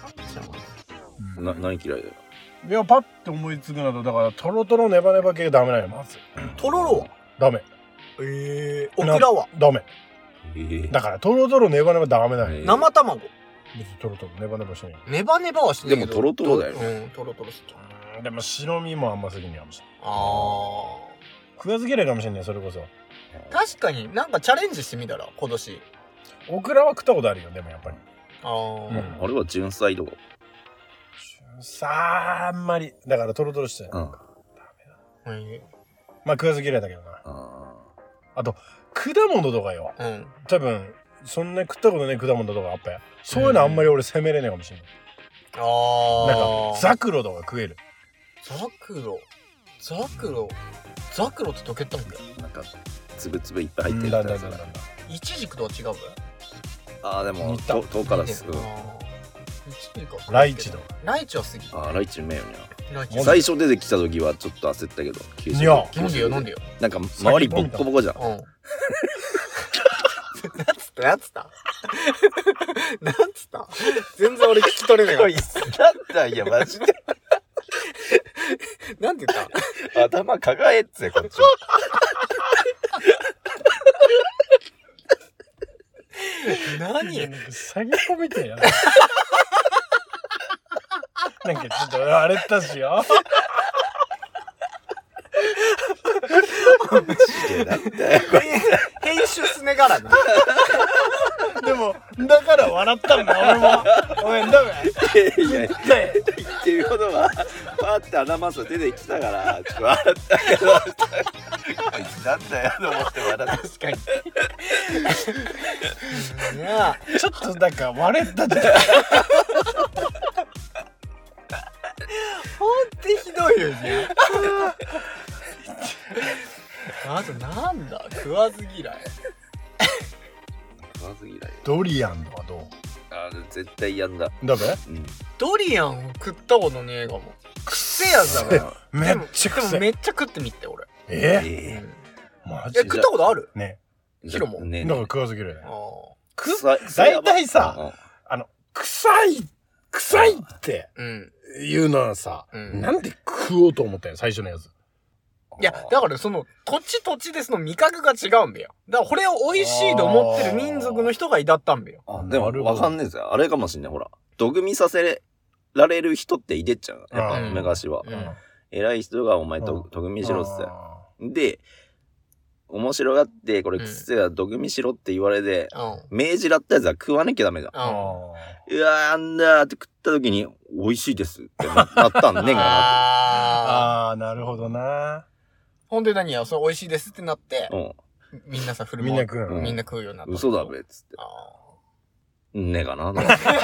何嫌いだよ。 いやパッと思いつくなどだからトロトロネバネバ系ダメなよまず。 トロロはダメ。 オクラはダメ。だからトロトロネバネバダメだよ。 生卵。 別にトロトロネバネバしない。 ネバネバはしてるけど。 でもトロトロだよ。 トロトロ好き。 でも白身もあんま好きにかもしれない。食わず嫌いかもしれないそれこそ。 確かになんかチャレンジしてみたら今年。 オクラは食ったことあるよでもやっぱり。 あれは純菜とか。 さあんまりだからトロトロしてダメだ。まあ食わず嫌いだけどな。あと果物とかよ。多分そんな食ったことない果物とかあったよ。そういうのあんまり俺責めれないかもしれない。なんかザクロとか食える。ザクロってどけたんだよ。 なんかつぶつぶいっぱい入ってるやつ。 イチジクとは違うべ。 でも遠からす。 ライチとか。 ライチは好き。 ライチうめえよね。最初出てきた時はちょっと焦ったけど。 いやなんでよ。 なんか周りボッコボコじゃん。 なんつった全然俺聞き取れねえわ。 なんだいやマジで。 なんて言った？ 頭抱えっつこっち。 何？ 詐欺子みたいな。なんかちょっとあれったしよ。 編集すねがらな。 でもだから笑ったんだ俺も。ごめんダメ。 いや言ってることはパーって穴マス出てきたからちょっと笑ったけど。 なんだよと思って笑って。 確かに。いや、 ちょっとなんか割れたじゃん。 ほんとひどいよね。あとなんだ、食わず嫌い。 食わず嫌い。 ドリアンはどう？ 絶対やんだ。 ダメ？ ドリアン食ったことねえかも。くっせえやつだから。 めっちゃくせでもめっちゃ食ってみて俺。 マジ食ったことある？ ね。 ヒロも。 ね。 だから食わず嫌いだあよ。 臭い。 大体さ、臭いって言うのはさ、なんで食おうと思ったよ、最初のやつ。 いや、だからその、土地でその味覚が違うんだよ。だからこれを美味しいと思ってる民族の人がいだったんだよ。 でもわかんねえですよ。あれかもしんない。ほら、毒味させられる人っていでっちゃう。やっぱ昔は。偉い人がお前毒味しろっつって。で、面白がって、これくっせえや毒味しろって言われて、命じらったやつは食わなきゃダメだ。うわー、なんだーって食った時に、美味しいですってなったんねんかな。なるほどな。 ほんで何や、そう美味しいですってなって、みんなさ、 みんな食うようになった。 嘘だべっつって。ねえかな。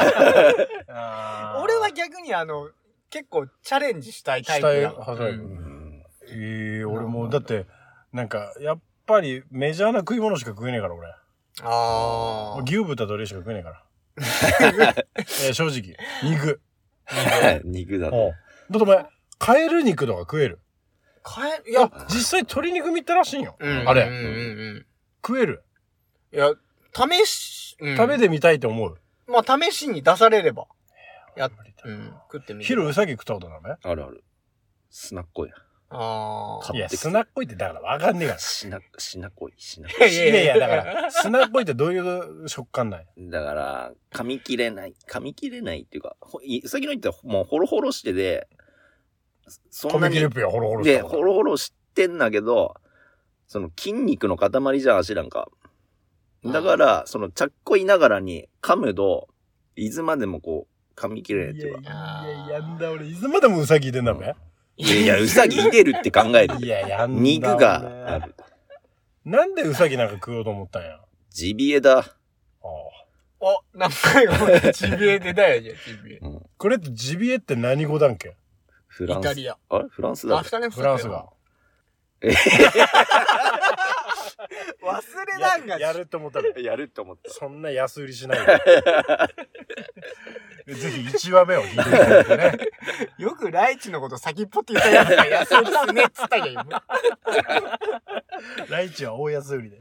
俺は逆に結構チャレンジしたいタイプだ。 俺も、だって、なんか、やっぱりメジャーな食い物しか食えねえから、俺。牛豚鶏しか食えねえから。正直。肉。 肉だね。だってお前、カエル肉とか食える？ いや、 実際鶏肉見たらしいんよ。あれ。食える？ いや、食べてみたいと思う。 まあ、試しに出されれば。食ってみる。 ヒロウサギ食ったことダメ？ あるある。砂っこいや。 いや、砂っこいってだからわかんねえから。 砂こい。 いや、だから、砂っこいってどういう食感ない？ だから、噛み切れないっていうか、ウサギの言ってもうホロホロしてで、 そんなに。ホロホロで、ホロホロしてんだけど、その筋肉の塊じゃん、足なんか。だから、その、ちゃっこいながらに噛むと、いつまでもこう、噛み切れないっていうか。 やんだ、俺、いつまでもウサギいてんだべ。 いや、ウサギいてるって考える。 やんだ。 肉がある。 なんでウサギなんか食おうと思ったんや。 ジビエだ。 名前がジビエでだよ、じゃジビエ。 これってジビエって何語だんけ？ フランス。 イタリア。 あれフランスだ。 フランスが。 忘れなんがやるって思ったら。 やるって思った。 そんな安売りしないで。ぜひ1話目を聞いていただいてね。 よくライチのこと先っぽって言ったやつが安売りすねっつったよ、今。 ライチは大安売りで。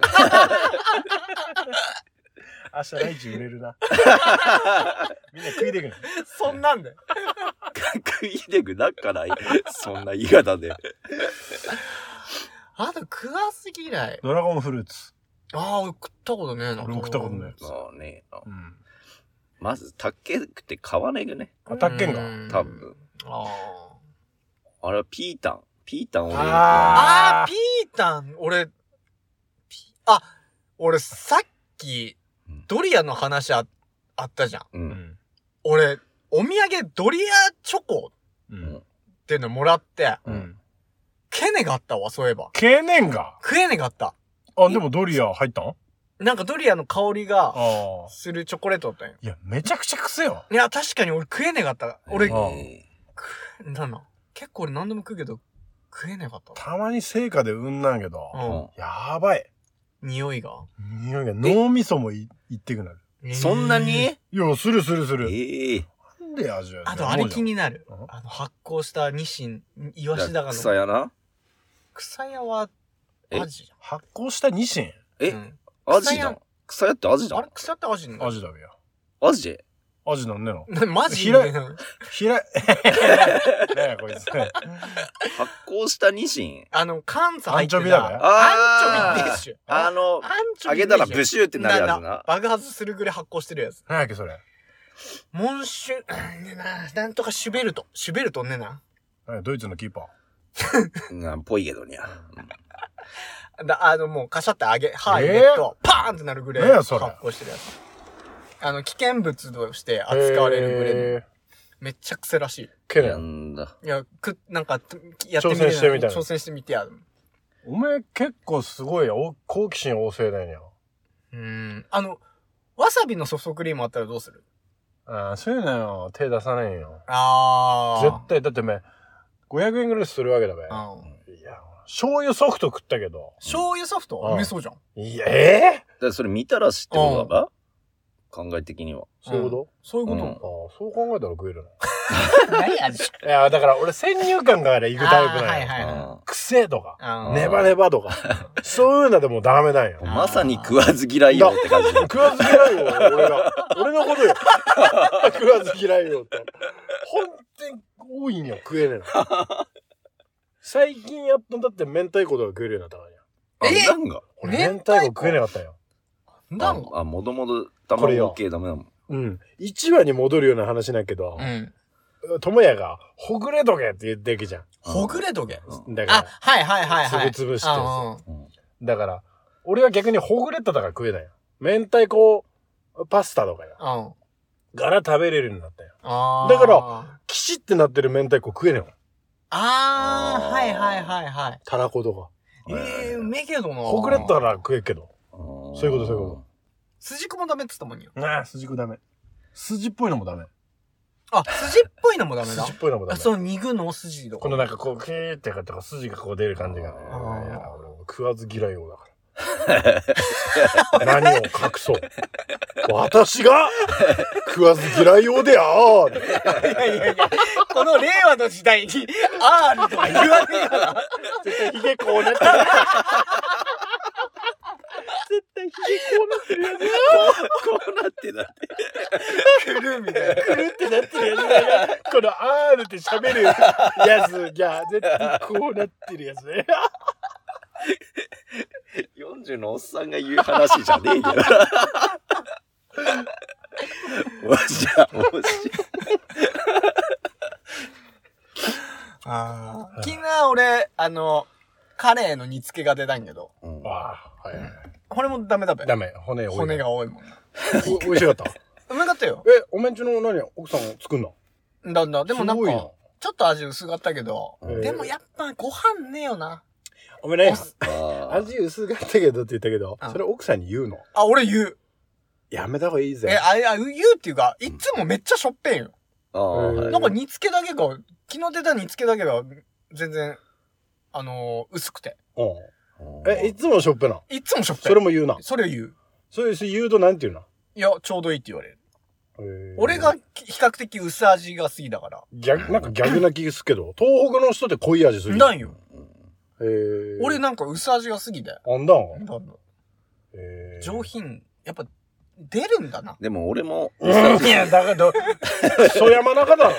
明日ライチ売れるな。みんな食いでくる。 そんなんだよ。 食いでくなっかない。そんな言い方で。 あと食わず嫌い。 ドラゴンフルーツ。 俺食ったことねえな。 俺も食ったことない。 そうね。まず、タッケって買わねえよね。 タッケンが多分。あれはピータン俺。 ピータン俺さっき、ドリアの話あったじゃん。俺、お土産ドリアチョコっていうのもらって、ケネがあったわ、そういえば。 ケネが食えねがあった。 でもドリア入ったん？ なんかドリアの香りがするチョコレートだったんよ。 いや、めちゃくちゃくせよ。 いや、確かに俺食えねがあった。俺、結構俺何でも食うけど、食えねかった。 たまに成果でうんなんけど、やばい。 匂いが脳みそもいってくなる。 そんなに？ いや、する。なんで味あと、あれ気になる。発酵したニシン、イワシだがの。 草屋な？ 草屋は、アジじゃん。 発酵したニシン？ アジだ。草屋ってアジだ。 あれ草ってアジアジだべや。 アジなんねの。 マジねやこいつ。 発酵したニシン。 関西入ってた。 アンチョビだべ。 アンチョビでしょ。 揚げたらブシューってなるやつな。 爆発するぐらい発酵してるやつ。 何やっけそれ。 モンシュ、なんとかシュベルトねな。 ドイツのキーパー。ぽいけどにゃ。 もうカシャって歯入れると、パーンってなるぐらい発酵してるやつ。危険物として扱われるぐらいの。めっちゃ癖らしい。 なんだ。 いや、なんか、やってみて。挑戦してみてや。 お前結構すごいよ。好奇心旺盛だよ。 わさびのソフトクリームあったらどうする？ ああ、そういうのよ。手出さないよ。 あ絶対、だってめ、500円ぐらいするわけだべ。いや、醤油ソフト食ったけど。 醤油ソフトうめそうじゃん。 いや、 だからそれ見たら知ってことだか考え的には。 そういうことそういうこと、 ああ、そう考えたら食える何味？ いや、だから俺先入観があれ行くタイプなんよ。 はい。 癖とか、ネバネバとか、そういうのでもうダメなんよ。 まさに食わず嫌いよって感じ。 食わず嫌いよ、俺のことよ。食わず嫌いよって。本当に多いんよ、食えねえの。最近やっとだって明太子とか食えるようになったからね。 なんが俺明太子食えなかったよ。 なんかもともと卵系ダメだもん。 1話に戻るような話なんやけど、友也が、ほぐれとけって言ってるわけじゃん。 ほぐれとけだから、 はい。 つぶしてだから、俺は逆にほぐれただから食えないよ。明太子パスタとかよ。柄食べれるようになったよ。だから、キシってなってる明太子食えねえよ。 はい。 たらことか。 うめえけどな。 ほぐれたら食えっけど。そういうこと。 筋子もダメっつったもんよ。 なあ、筋子ダメ。筋っぽいのもダメ。 筋っぽいのもダメだ。 筋っぽいのもダメ。 そう、肉の筋とか。 このなんかこう、キーってかとか筋がこう出る感じがね。いや、俺食わず嫌いよだから。何を隠そう。私が食わず嫌いようであー。 いや、この令和の時代に R とか言わねえから。 絶対ヒゲこうなってる。絶対ヒゲこうなってるやつ。 こうなってだって。 くるみたいな。 くるってなってるやつが、この R って喋るやつが、絶対こうなってるやつね。 40のおっさんが言う話じゃねえけど。おしゃ。 昨日俺、カレーの煮付けが出たんけど。これもダメだべ。 ダメ。骨が多いもんな。 美味しかった。 うまかったよ。 おめんちの奥さん作んの？ でもなんか、ちょっと味薄かったけど、でもやっぱご飯ねえよな。 おめね、味薄かったけどって言ったけど、それ奥さんに言うの？ 俺言う。 やめた方がいいぜ。 言うっていうか、いつもめっちゃしょっぺんよ。なんか煮付けだけが、昨日出た煮付けだけが、全然、薄くて。 いつもしょっぺな？ いつもしょっぺん。 それも言うな。 それ言う。 それ言うとなんて言うの？ いや、ちょうどいいって言われる。俺が比較的薄味が好きだから。 なんか逆な気するけど、東北の人って濃い味する。 なんよ。 俺なんか薄味が好きだよ。上品。やっぱ、出るんだな。 でも俺も。 いや、だけど、クソ山中だろ。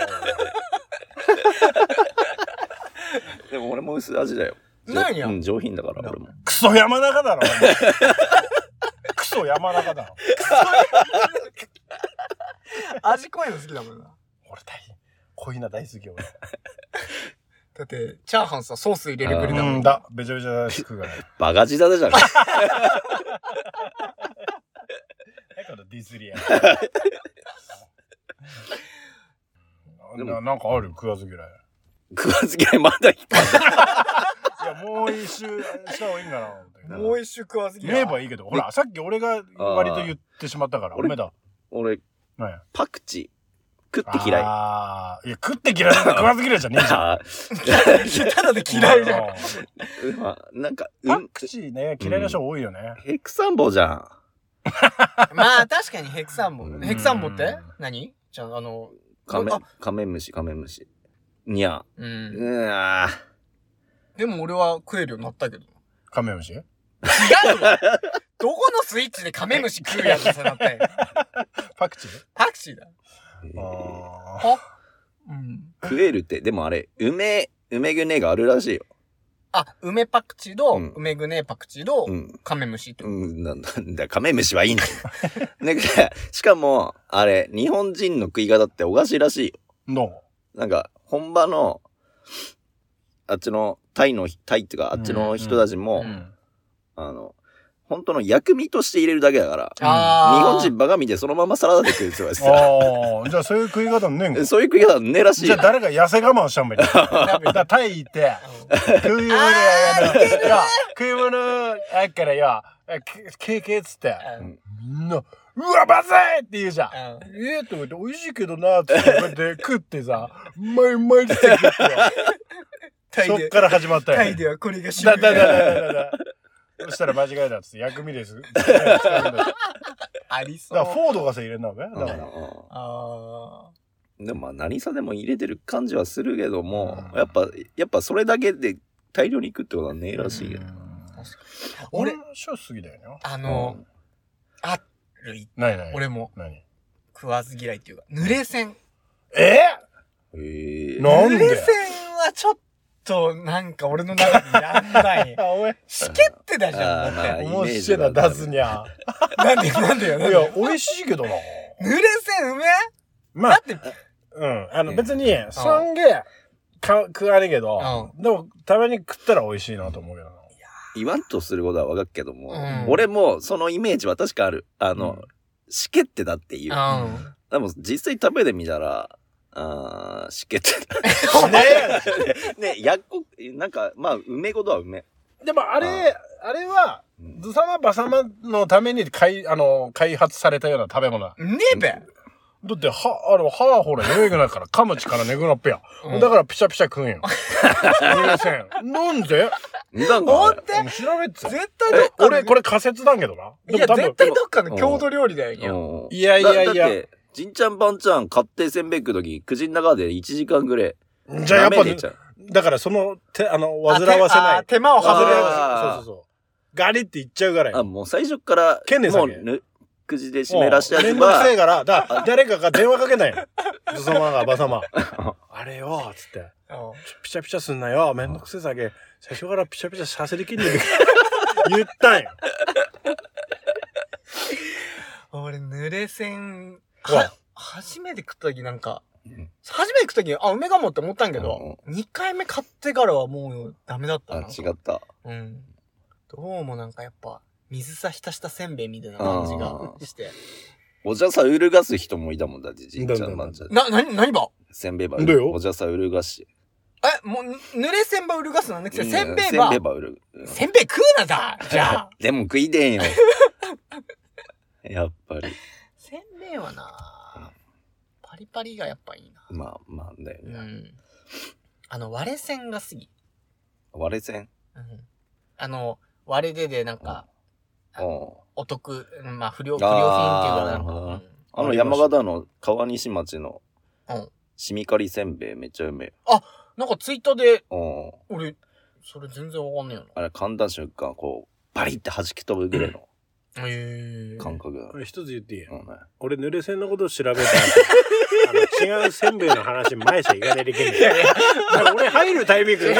でも俺も薄味だよ。 何や？ 上品だから俺も。 クソ山中だろ。クソ山中だろ。 味濃いの好きだもんな。 俺濃いな大好き俺。 だって、チャーハンさ、ソース入れるくりだもん。 べちゃべちゃ食うから。 バカ舌だじゃん。このディスリア。なんかある？食わず嫌い。 食わず嫌いまだいかいや、もう一周した方がいいんかな。 もう一周食わず嫌い。 言えばいいけど、ほら、さっき俺が割と言ってしまったから、 俺、パクチー。食って嫌い。 いや、食って嫌いだ食わず嫌いじゃねえじゃん。 ただで嫌いじゃん。 なんか、 パクチーね、嫌いな人多いよね。 ヘクサンボじゃん。 まあ、確かにヘクサンボ。ヘクサンボって何？じゃあ、 カメムシ。にゃ。 でも俺は食えるようになったけど。 カメムシ？違うわ。どこのスイッチでカメムシ食うやつになったんや。 パクチー？ パクチーだ。 食えるって、でもあれ、梅グネがあるらしいよ。 梅パクチーと、梅グネパクチーと、カメムシと。 なんだ、カメムシはいいんだよ。しかも、あれ、日本人の食い方っておかしいらしいよ。なんか、本場の、あっちの、タイっていうか、あっちの人たちも、本本当の薬味として入れるだけだから。日本人バカ見てそのままサラダで食うって言われてた。 じゃあそういう食い方ねえんか。 そういう食い方ねえらしい。 じゃあ誰か痩せ我慢したんばいい。だタイ行って、食い物や、食い物あっからよ、ケーキっつって、みんな、うわ、まずいって言うじゃん。って思って、美味しいけどなってこうやって食ってさ、うまいうまいって食ってよ。そっから始まったよ。 タイではこれが主流。 そしたら間違えたっつって、薬味です。 ありそう。 だからフォードがさ入れんだべ。だから。 でもまあ何さでも入れてる感じはするけども、やっぱそれだけで大量にいくってことはねえらしいけど。 俺、少数好きだよね。 ある。 ない。 俺も。食わず嫌いっていうか、濡れ線。 なんで濡れ線はちょっと、なんか俺の中でやんない。しけってたじゃん。だって。 面白いな、出すにゃ。 なんでよ。 いや、美味しいけどな。 濡れ線うめまあ、だって、別に、すんげえ、食わねえけど、でも、たまに食ったら美味しいなと思うけどな。 言わんとすることは分かるけども、俺もそのイメージは確かある。しけってだっていう。でも実際食べてみたら、しけってだ。ね、なんか、まあ、うめえことはうめえ。 でもあれは、ズサマバサマのために開発されたような食べ物だ。 ねえべ。 だって、歯ほら、弱くないから、噛む力ねぐなっぺや。だから、ピシャピシャ食うんよ。なんでなんで調べて。 絶対どっか俺、これ仮説だけどな。 いや、絶対どっかの郷土料理だよ。 いや。 だって、じんちゃんばんちゃん買ってせんべい食うとき、口の中で1時間ぐらい。 じゃあやっぱ、だから煩わせない。 手間を外れる。そう。ガリっていっちゃうからよ。 もう最初から、もう、口で湿らしたやつは。 めんどくせえから、誰かが電話かけないよ。ズサマがバサマ。あれよ、つって。ピシャピシャすんなよ。めんどくせえ酒。最初からピシャピシャさせりきんねん。言ったんよ。 俺、濡れ線、初めて食った時なんか、初めて食った時、うめかもって思ったんけど、2回目買ってからはもうダメだったな。 違った。 どうもなんかやっぱ、水さ浸したせんべいみたいな感じがして。 おじゃさうるがす人もいたもんだって、じんちゃんばんちゃん。 何ばせんべいば。おじゃさうるがし。 もう、濡れせんばうるがすなんだけど、せんべいば。 せんべいばうる。 せんべい食うなだじゃあ。 でも食いでんよ。やっぱり。 せんべいはな、パリパリがやっぱいいな。 まあだよね。 割れ線が好き。 割れ線？ 割れでなんか、お得、まあ不良品っていうかなのか。 山形の川西町の、しみかりせんべいめっちゃうめえ。 なんかツイッターで、俺、それ全然わかんねえよな。 あれ、噛んだ瞬間、こう、バリって弾き飛ぶぐらいの感覚が。 一つ言っていい？俺、濡れ線のことを調べた違うせんべいの話、前しゃいかねえでいけんねん。俺入るタイミングね。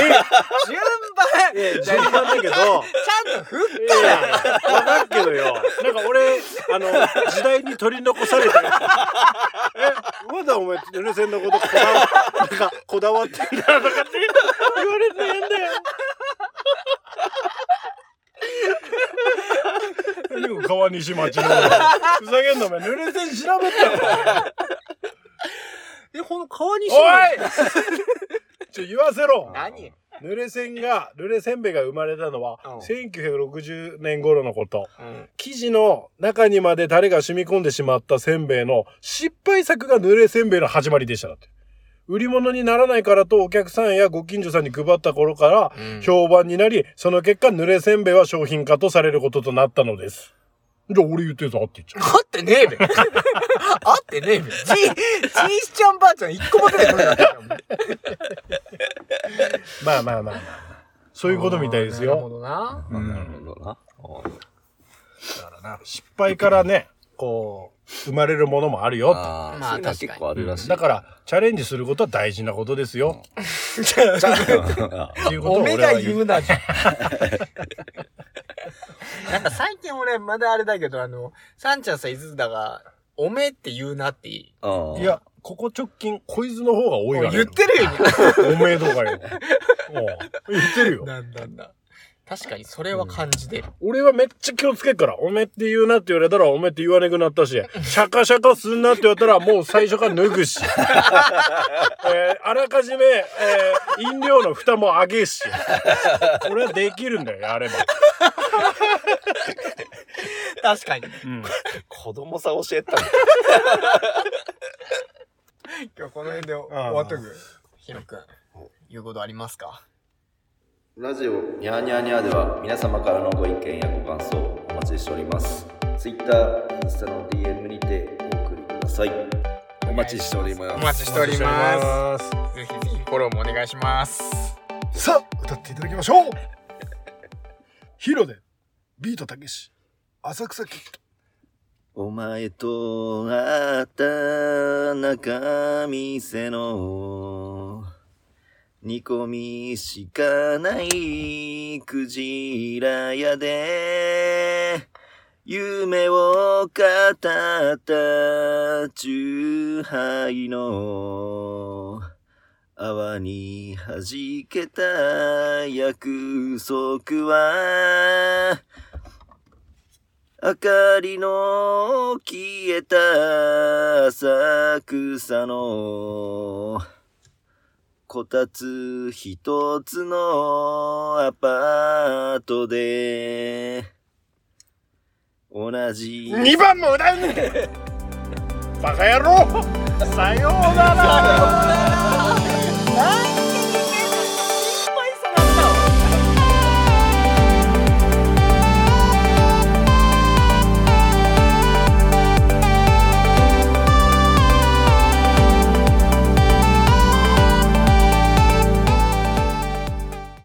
順番だけど、ちゃんと振ったらわかるけどよ。なんか俺、時代に取り残されたやつ。まだお前、濡れ線のことこだわってみたらとかって言われてやんだよ。何が川西町のふざけんなお前、濡れ線調べたよ。 この川西町言わせろ。 何？ 濡れせんべいが生まれたのは、1960年頃のこと。生地の中にまでタレが染み込んでしまったせんべいの失敗作が濡れせんべいの始まりでしただって。売り物にならないからとお客さんやご近所さんに配った頃から評判になり、その結果濡れせんべいは商品化とされることとなったのです。じゃあ俺言ってるぞ、合ってんじゃん。 合ってねえべ。合ってねえべ。じいしちゃんばあちゃん一個も出てこなかったよ。 まあ。そういうことみたいですよ。 なるほどな。 だからな、失敗からね、こう、生まれるものもあるよって。 まあ確かに。 あるらしい。 だから、チャレンジすることは大事なことですよ。 おめが言うなじゃん。なんか最近俺まだあれだけど、サンちゃんさ、いずだが、おめって言うなっていや、ここ直近、小泉の方が多いから。 言ってるよ。 おめえとかよ。言ってるよ。 なん。 確かにそれは感じで。 俺はめっちゃ気をつけっから。おめって言うなって言われたらおめって言わねくなったし、シャカシャカすんなって言われたらもう最初から脱ぐし。あらかじめ、飲料の蓋も上げし。これはできるんだよ、やれば。 確かに。 子供さ教えたんだ。 今日この辺で終わっとく。ヒロ君、言うことありますか？ ラジオニャーニャーニャーでは皆様からのご意見やご感想をお待ちしております。Twitter、インスタの DM にてお送りください。お待ちしております。 お待ちしております。ぜひぜひフォローもお願いします。 さあ、歌っていただきましょう。ヒロで、ビートたけし、浅草キッド。 お前と会った中店の煮込みしかないクジラ屋で夢を語ったチューハイの泡に弾けた約束は明かりの消えた浅草のこたつ一つのアパートで同じ 2番も歌うねバカ野郎さようなら